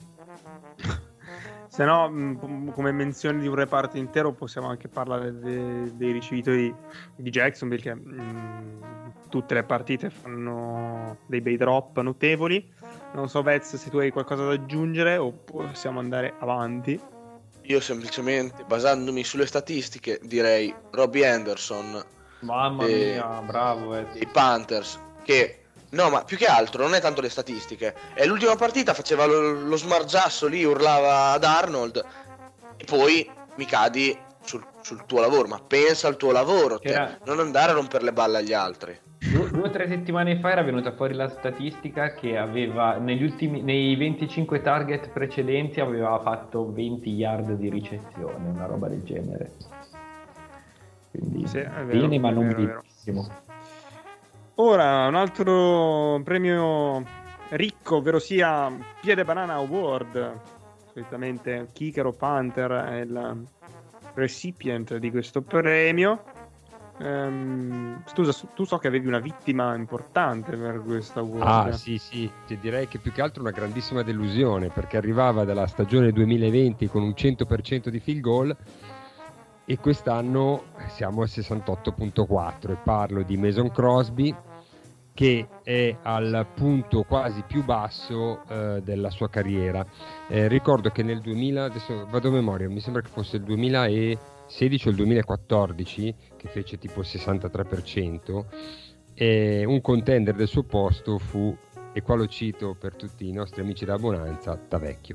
Se no, come menzione di un reparto intero, possiamo anche parlare dei ricevitori di Jacksonville, che tutte le partite fanno dei bei drop notevoli. Non so, Vez, se tu hai qualcosa da aggiungere o possiamo andare avanti.
Io semplicemente, basandomi sulle statistiche, direi Robbie Anderson.
Mamma mia, bravo.
Dei Panthers, che... No, ma più che altro non è tanto le statistiche. È l'ultima partita, faceva lo smargiasso lì, urlava ad Arnold, e poi mi cadi sul tuo lavoro. Ma pensa al tuo lavoro, non andare a rompere le balle agli altri.
2 o 3 settimane fa era venuta fuori la statistica che aveva nei 25 target precedenti aveva fatto 20 yard di ricezione, una roba del genere. Quindi
sì,
bene, ma non benissimo.
Ora un altro premio ricco, ovvero sia Piede Banana Award. Solitamente kicker o punter è il recipient di questo premio. Tu so che avevi una vittima importante per questa award.
Sì, direi che più che altro una grandissima delusione, perché arrivava dalla stagione 2020 con un 100% di field goal, e quest'anno siamo al 68.4, e parlo di Mason Crosby, che è al punto quasi più basso della sua carriera. Ricordo che nel 2000, adesso vado a memoria, mi sembra che fosse il 2016 o il 2014 che fece tipo il 63%, e un contender del suo posto fu, e qua lo cito per tutti i nostri amici da Bonanza, Tavecchio.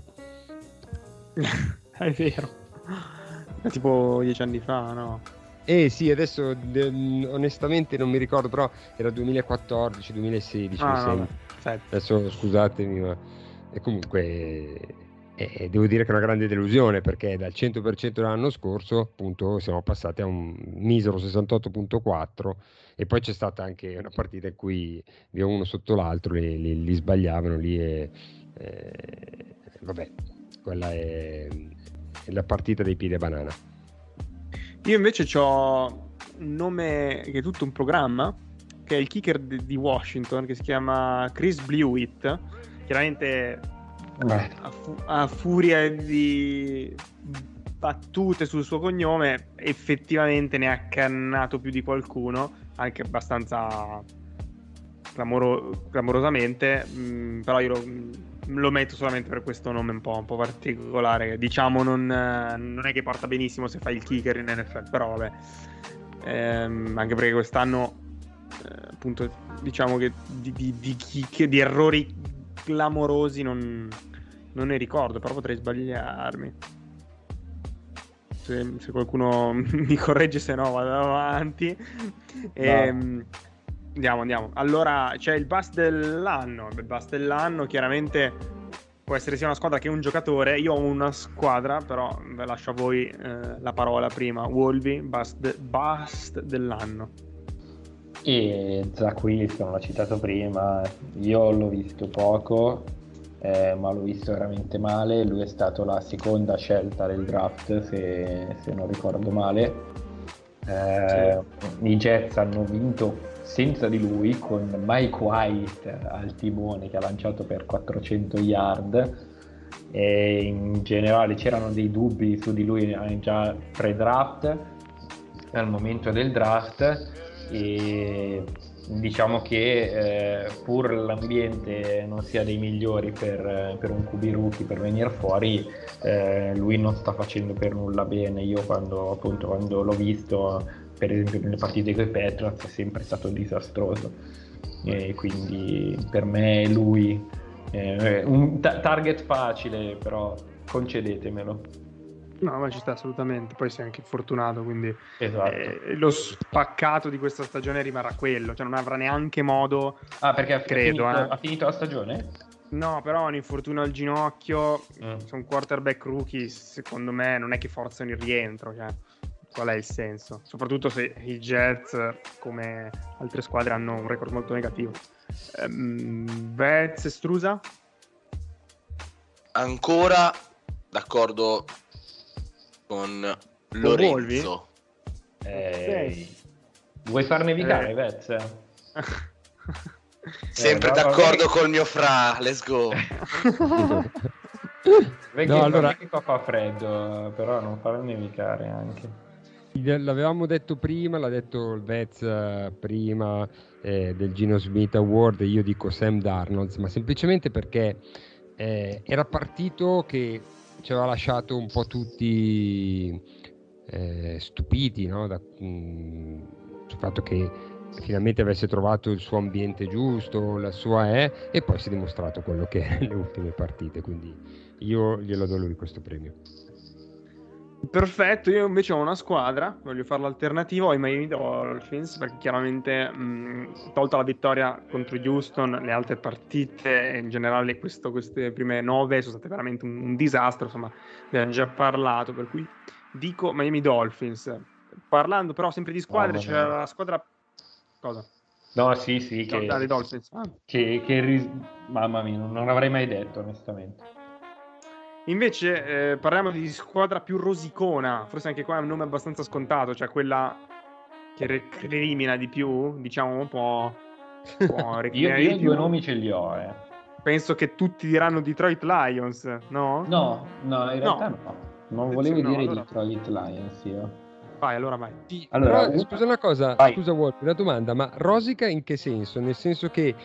È vero, è tipo 10 anni fa, no?
Sì, adesso onestamente non mi ricordo, però era 2014, 2016 mi sembra. Adesso scusatemi, ma e comunque E devo dire che è una grande delusione, perché dal 100% dell'anno scorso appunto siamo passati a un misero 68.4, e poi c'è stata anche una partita in cui via uno sotto l'altro li sbagliavano lì, e vabbè, quella è la partita dei piedi a banana.
Io invece ho un nome che è tutto un programma, che è il kicker di Washington, che si chiama Chris Blewett. Chiaramente a furia di battute sul suo cognome effettivamente ne ha cannato più di qualcuno, anche abbastanza clamorosamente, però io lo metto solamente per questo nome un po' particolare, diciamo. Non è che porta benissimo se fai il kicker in NFL, però vabbè, anche perché quest'anno appunto diciamo che di errori clamorosi non ne ricordo, però potrei sbagliarmi. Se qualcuno mi corregge, se no vado avanti. Andiamo. Allora, c'è il bust dell'anno. Il bust dell'anno chiaramente può essere sia una squadra che un giocatore. Io ho una squadra, però ve lascio a voi la parola prima. Wolby, bust dell'anno.
E Zach Wilson, l'ho citato prima, io l'ho visto poco, ma l'ho visto veramente male. Lui è stato la seconda scelta del draft, se non ricordo male. I Jets hanno vinto senza di lui, con Mike White al timone che ha lanciato per 400 yard, e in generale c'erano dei dubbi su di lui già pre-draft, al momento del draft, e diciamo che pur l'ambiente non sia dei migliori per un QB rookie per venire fuori, lui non sta facendo per nulla bene. Io quando l'ho visto, per esempio nelle partite con i Patriots, è sempre stato disastroso, e quindi per me lui è un target facile, però concedetemelo.
No, ma ci sta assolutamente. Poi sei anche fortunato, quindi
Esatto.
Lo spaccato di questa stagione rimarrà quello, cioè non avrà neanche modo.
Perché
ha
finito la stagione?
No, però un infortunio al ginocchio, su un quarterback rookie, secondo me non è che forzano il rientro, cioè qual è il senso? Soprattutto se i Jets, come altre squadre, hanno un record molto negativo. Vez, Strusa?
Ancora d'accordo con Lorenzo.
Vuoi far nevicare, Vez?
Sempre d'accordo col mio fra, let's go.
No, allora che qua fa freddo, però non farlo nevicare anche.
L'avevamo detto prima, l'ha detto il Vez prima, del Geno Smith Award, e io dico Sam Darnold, ma semplicemente perché era partito che ci aveva lasciato un po' tutti stupiti, no? Sul fatto che finalmente avesse trovato il suo ambiente giusto, la sua e poi si è dimostrato quello che è nelle ultime partite, quindi io glielo do lui questo premio.
Perfetto. Io invece ho una squadra, voglio farlo alternativo, ho i Miami Dolphins, perché chiaramente tolta la vittoria contro Houston, le altre partite in generale queste prime 9 sono state veramente un disastro, insomma abbiamo già parlato, per cui dico Miami Dolphins. Parlando però sempre di squadre, c'è la squadra... Cosa?
No, sì,
dei Dolphins.
Mamma mia, non l'avrei mai detto onestamente.
Invece parliamo di squadra più rosicona, forse anche qua è un nome abbastanza scontato, cioè quella che recrimina di più, diciamo un po'
io due nomi ce li ho.
Penso che tutti diranno Detroit Lions, no?
No, in realtà no. Non volevo dire
allora...
Detroit Lions io.
Vai, allora vai.
Sì, allora, però, scusa una cosa, vai. Scusa Wolf, una domanda, ma rosica in che senso? Nel senso che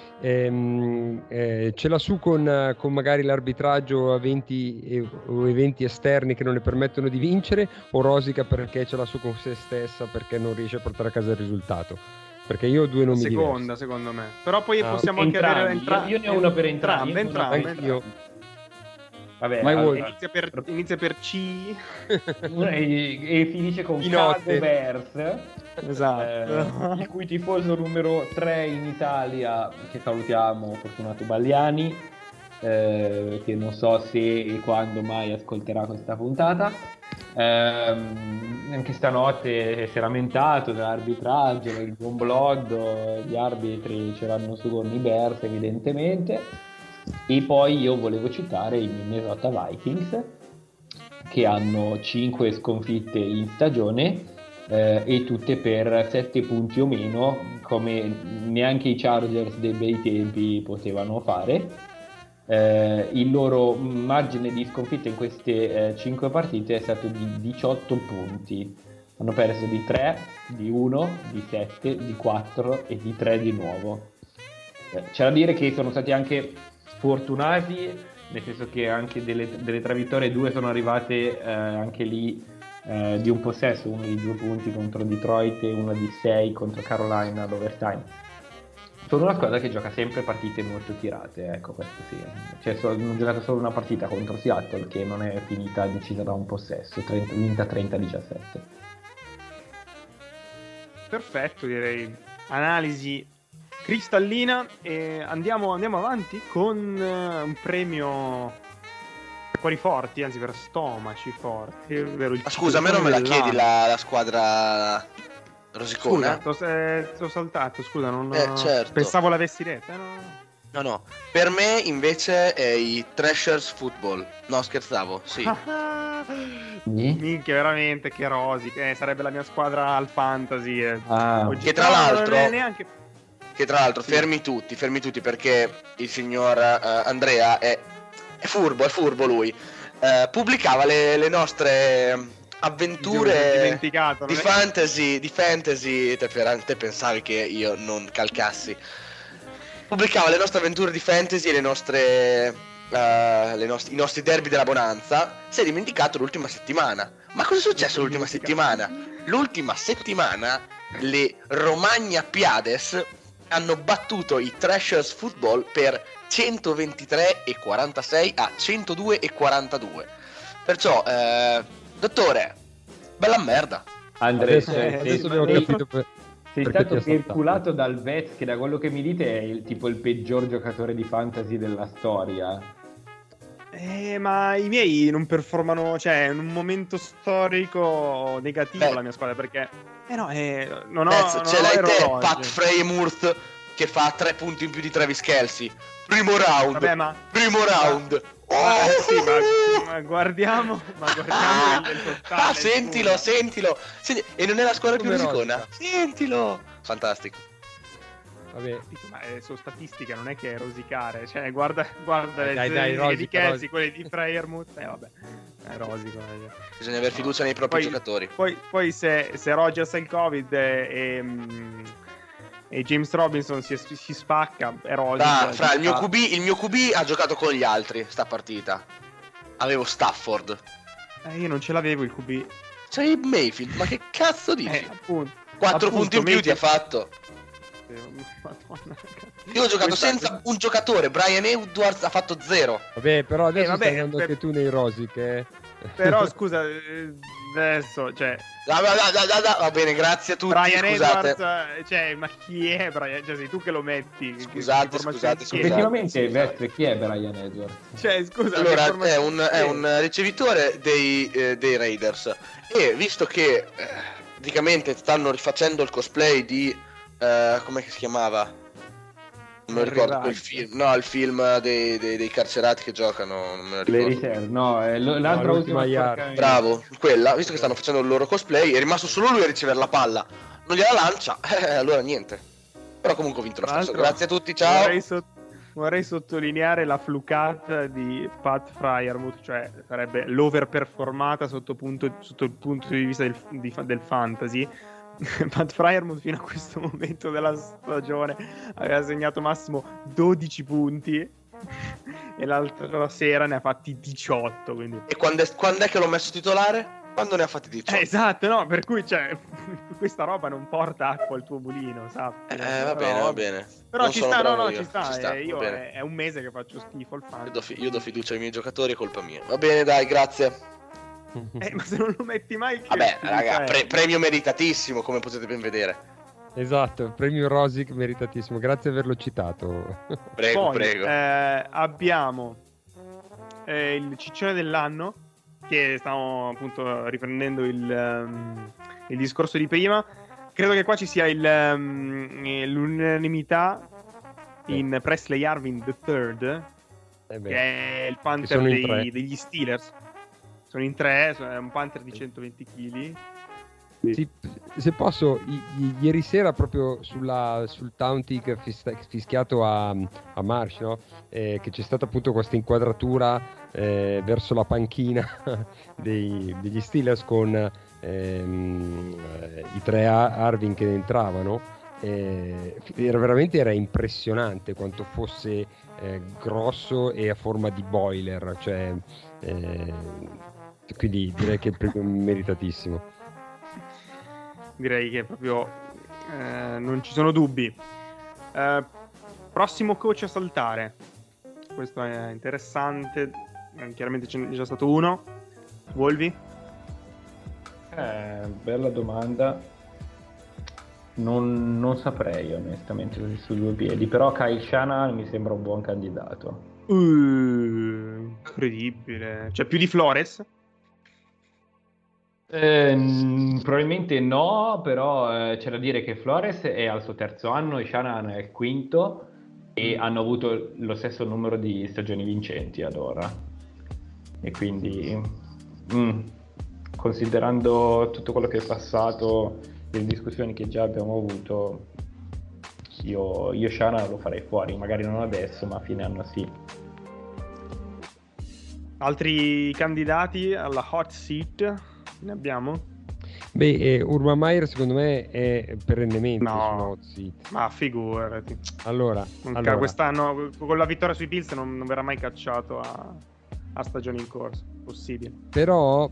ce l'ha su con magari l'arbitraggio o eventi esterni che non le permettono di vincere, o rosica perché ce l'ha su con se stessa perché non riesce a portare a casa il risultato? Perché io ho due nomi diversi.
Secondo me. Però poi possiamo anche avere
entrambi. Io ne ho uno per entrambi. Vabbè,
inizia per C
e finisce con Cagovers,
esatto.
Il cui tifoso numero 3 in Italia, che salutiamo, Fortunato Bagliani, che non so se e quando mai ascolterà questa puntata. Anche stanotte si è lamentato dell'arbitraggio, del buon blog, gli arbitri ce l'hanno su con i Bears evidentemente. E poi io volevo citare i Minnesota Vikings, che hanno 5 sconfitte in stagione, e tutte per 7 punti o meno, come neanche i Chargers dei bei tempi potevano fare. Il loro margine di sconfitta in queste 5 partite è stato di 18 punti. Hanno perso di 3, di 1, di 7, di 4 e di 3 di nuovo. C'è da dire che sono stati anche sfortunati, nel senso che anche delle 3 vittorie 2 sono arrivate anche lì di un possesso, uno di 2 punti contro Detroit e uno di 6 contro Carolina all'overtime. Sono una squadra che gioca sempre partite molto tirate, ecco, questo sì. Hanno giocato solo una partita contro Seattle che non è finita decisa da un possesso, vinta 30-17.
Perfetto, direi. Analisi cristallina, e andiamo avanti con un premio per cuori forti, anzi per stomaci forti, ovvero il
scusa, a me non me la chiedi la squadra rosicona?
Scusa, t'ho saltato, scusa, non
certo.
Pensavo l'avessi detta.
No, per me invece è i Thrashers Football. No, scherzavo, sì.
Minchia, veramente, che rosica. Sarebbe la mia squadra al fantasy.
Che tra l'altro
neanche... sì.
fermi tutti, perché il signor Andrea è furbo lui. Pubblicava le nostre avventure di fantasy. Te pensavi che io non calcassi? Pubblicava le nostre avventure di fantasy e i nostri derby della bonanza. Si è dimenticato l'ultima settimana. Ma cosa è successo l'ultima settimana? L'ultima settimana le Romagna Piades hanno battuto i Thrashers Football per 123-46 a 102-42. Perciò dottore, bella merda.
Andrea,
adesso abbiamo capito
sei stato perculato dal Vez, che da quello che mi dite è il peggior giocatore di fantasy della storia.
Ma i miei non performano, cioè in un momento storico negativo la mia squadra, perché non ho
ce l'hai te, Pat Freymouth, che fa 3 punti in più di Travis Kelce. Primo round. Round.
Sì, ma guardiamo il totale.
Sentilo. E non è la squadra più rosicona. Sentilo. Fantastico.
Vabbè, ma sono statistiche, non è che è rosicare. Cioè, guarda
dai,
di Kelce, quelle di Freiermuth. Vabbè, è rosico.
Bisogna avere fiducia nei propri giocatori.
Poi se Rodgers ha il Covid e James Robinson si spacca, è rosico.
Fra il mio QB ha giocato con gli altri sta partita. Avevo Stafford.
Io non ce l'avevo il QB.
C'hai Mayfield, ma che cazzo dici?
Appunto.
4 punti in più ti ha fatto.
Madonna.
Io ho giocato senza un giocatore. Brian Edwards ha fatto 0.
Vabbè, però adesso stai andando anche tu nei rosic,
Però scusa, adesso, cioè,
va bene, grazie a tutti.
Brian
scusate.
Edwards, cioè, ma chi è Brian? Cioè, sei tu che lo metti.
Scusate.
Effettivamente, Vez, chi è Brian Edwards?
Cioè, scusa,
allora è un ricevitore dei Raiders, e visto che praticamente stanno rifacendo il cosplay di come si chiamava? Non me lo ricordo quel film. No, il film dei carcerati che giocano, non me lo ricordo.
L'altra ultima yard.
Bravo, quella, visto che stanno facendo il loro cosplay, è rimasto solo lui a ricevere la palla. Non gliela lancia, allora niente. Però comunque ho vinto lo stesso. Grazie a tutti, ciao.
Vorrei sottolineare la flucata di Pat Freiermuth, cioè sarebbe l'overperformata sotto il punto di vista del fantasy. Pat Freiermuth fino a questo momento della stagione aveva segnato massimo 12 punti e l'altra sera ne ha fatti 18, quindi...
E quando è che l'ho messo titolare? Quando ne ha fatti 18?
Esatto, no, per cui cioè questa roba non porta acqua al tuo mulino, sappi.
Va bene.
Però
non
ci sta,
ci sta.
Io è un mese che faccio schifo al fantasy.
Io do fiducia ai miei giocatori, è colpa mia. Va bene, dai, grazie.
Ma se non lo metti mai...
Vabbè, raga, premio meritatissimo, come potete ben vedere.
Esatto, premio Rosic meritatissimo, grazie di averlo citato.
Prego,
Poi,
prego.
abbiamo il ciccione dell'anno, che stiamo appunto riprendendo il discorso di prima. Credo che qua ci sia l'unanimità in Presley Harvin III, che è il Panther degli Steelers. Sono in 3, è un Panther di 120 kg.
Sì, se posso, ieri sera proprio sul taunting fischiato a Marsh, no? Che c'è stata appunto questa inquadratura verso la panchina degli Steelers con i 3 Harvin che entravano. Era impressionante quanto fosse grosso e a forma di boiler, cioè, quindi direi che è proprio meritatissimo.
Direi che proprio non ci sono dubbi. Prossimo coach a saltare. Questo è interessante. Chiaramente ce n'è già stato uno. Volvi?
Bella domanda. Non saprei onestamente così su 2 piedi. Però Kyle Shanahan mi sembra un buon candidato.
Incredibile. Cioè più di Flores?
Probabilmente no, però c'è da dire che Flores è al suo 3° anno e Shanahan è il 5° e hanno avuto lo stesso numero di stagioni vincenti ad ora. E quindi considerando tutto quello che è passato, le discussioni che già abbiamo avuto, io Shanahan lo farei fuori, magari non adesso, ma a fine anno sì.
Altri candidati alla hot seat? Ne abbiamo?
Beh, Urban Meyer secondo me è perennemente sulla hot seat.
Ma figurati.
Allora,
quest'anno con la vittoria sui Bills non verrà mai cacciato a stagione in corso. Possibile.
Però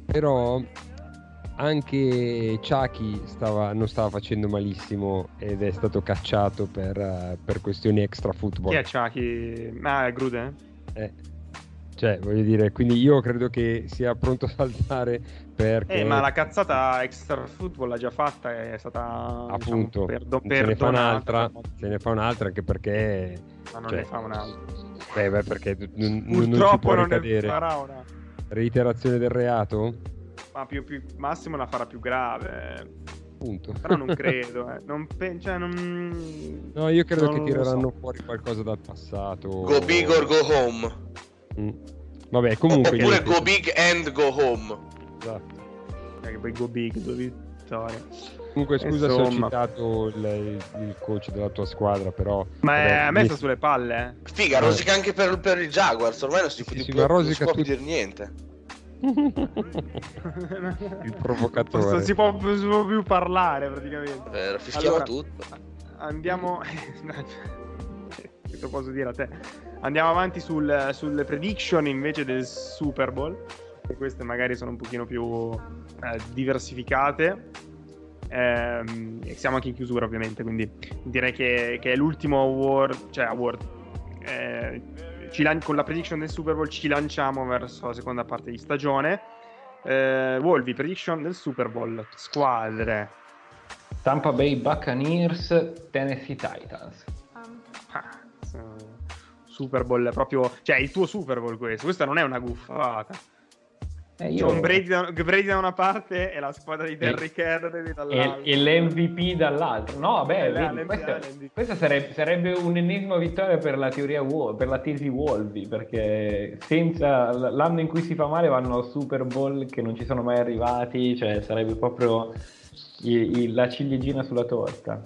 anche Chucky non stava facendo malissimo ed è stato cacciato per questioni extra football.
Chi è Chucky? È Gruden?
Cioè, voglio dire, quindi io credo che sia pronto a saltare perché...
ma la cazzata extra football l'ha già fatta, è stata...
Appunto,
diciamo,
se ne fa un'altra anche perché...
Ma non ne fa un'altra.
Perché
purtroppo non ne farà una.
Reiterazione del reato?
Ma più massimo la farà più grave.
Punto.
Però non credo, No,
io credo che tireranno fuori qualcosa dal passato.
Go big or go home.
Vabbè, comunque
oppure go big and go home.
Esatto.
Che poi go big, 2 vittorie.
Comunque scusa se ho citato il coach della tua squadra, però
a me sta sulle palle.
Figa, rosica anche per i Jaguars. Ormai non si può dire niente.
Il provocatore.
Non si può più parlare praticamente.
Fischiamo tutto.
Andiamo. Questo posso dire a te. Andiamo avanti sulle prediction invece del Super Bowl, e queste magari sono un pochino più diversificate, e siamo anche in chiusura ovviamente, quindi direi che è l'ultimo award. Con la prediction del Super Bowl ci lanciamo verso la seconda parte di stagione. Wolvi, prediction del Super Bowl, squadre.
Tampa Bay Buccaneers, Tennessee Titans.
Super Bowl proprio, cioè il tuo Super Bowl questa non è una guffata. John Brady da una parte e la squadra di Derrick Henry dall'altra
e l'MVP dall'altro. No, vabbè, questa sarebbe un'ennesima vittoria per la teoria per la tesi Wolvi, perché senza l'anno in cui si fa male vanno al Super Bowl che non ci sono mai arrivati, cioè sarebbe proprio la ciliegina sulla torta.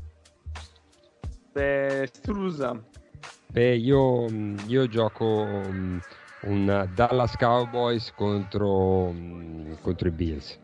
Strusa.
Io gioco un Dallas Cowboys contro i Bills.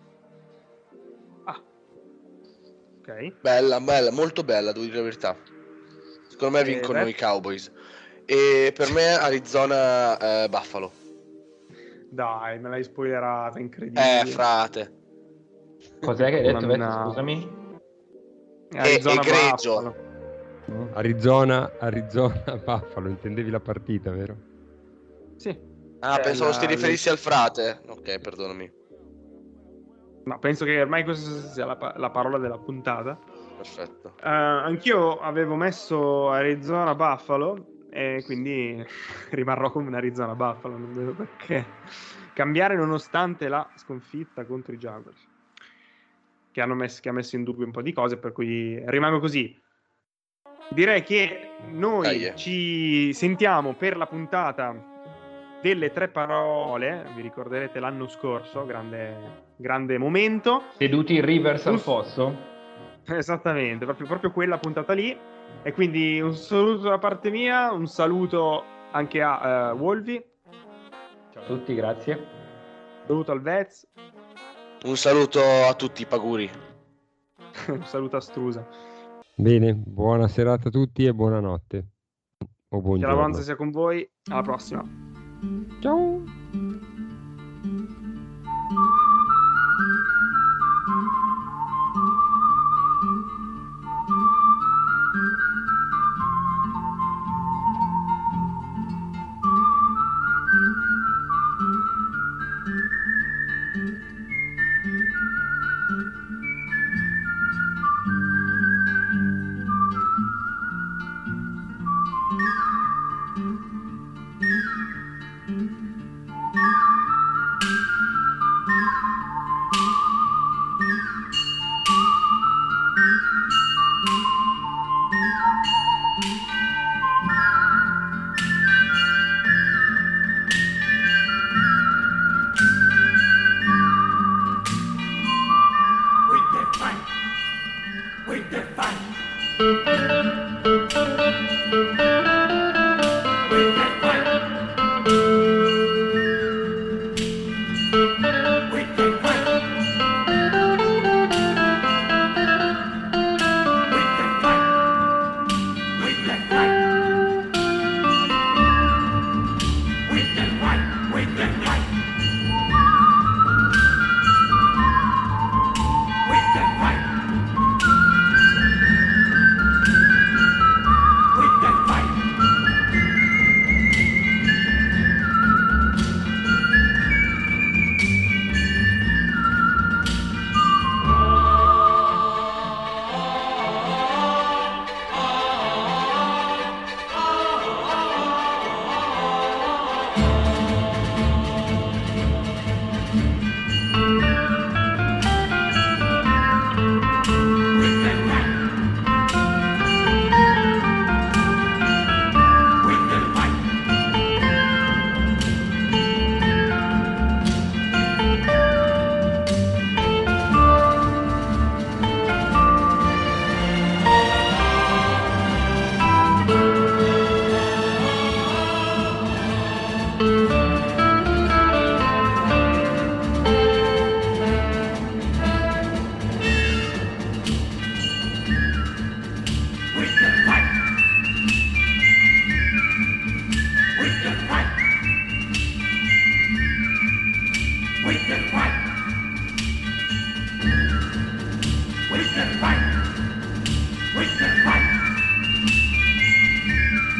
Ok.
Bella, molto bella, devo dire la verità. Secondo me vincono i Cowboys. E per me Arizona Buffalo.
Dai, me l'hai spoilerata, incredibile.
Frate.
Cos'è che hai detto? Scusami.
Arizona
Egregio.
Buffalo.
Arizona Buffalo, intendevi la partita, vero?
Sì.
Pensavo ti riferissi al frate. Ok, perdonami.
Ma penso che ormai questa sia la parola della puntata.
Perfetto.
Anch'io avevo messo Arizona Buffalo e quindi rimarrò come un Arizona Buffalo, non vedo perché cambiare nonostante la sconfitta contro i Jaguars, che ha messo in dubbio un po' di cose, per cui rimango così. Direi che noi ci sentiamo per la puntata delle 3 parole. Vi ricorderete l'anno scorso, grande momento.
Seduti in reverse al fosso?
Esattamente, proprio quella puntata lì. E quindi un saluto da parte mia, un saluto anche a Wolvi.
Ciao a tutti, grazie.
Un saluto al Vez.
Un saluto a tutti i Paguri.
Un saluto a Strusa.
Bene, buona serata a tutti e buonanotte. O buongiorno.
Che la buonanotte sia con voi. Alla prossima.
Ciao.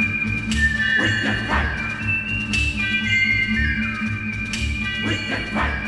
We can fight.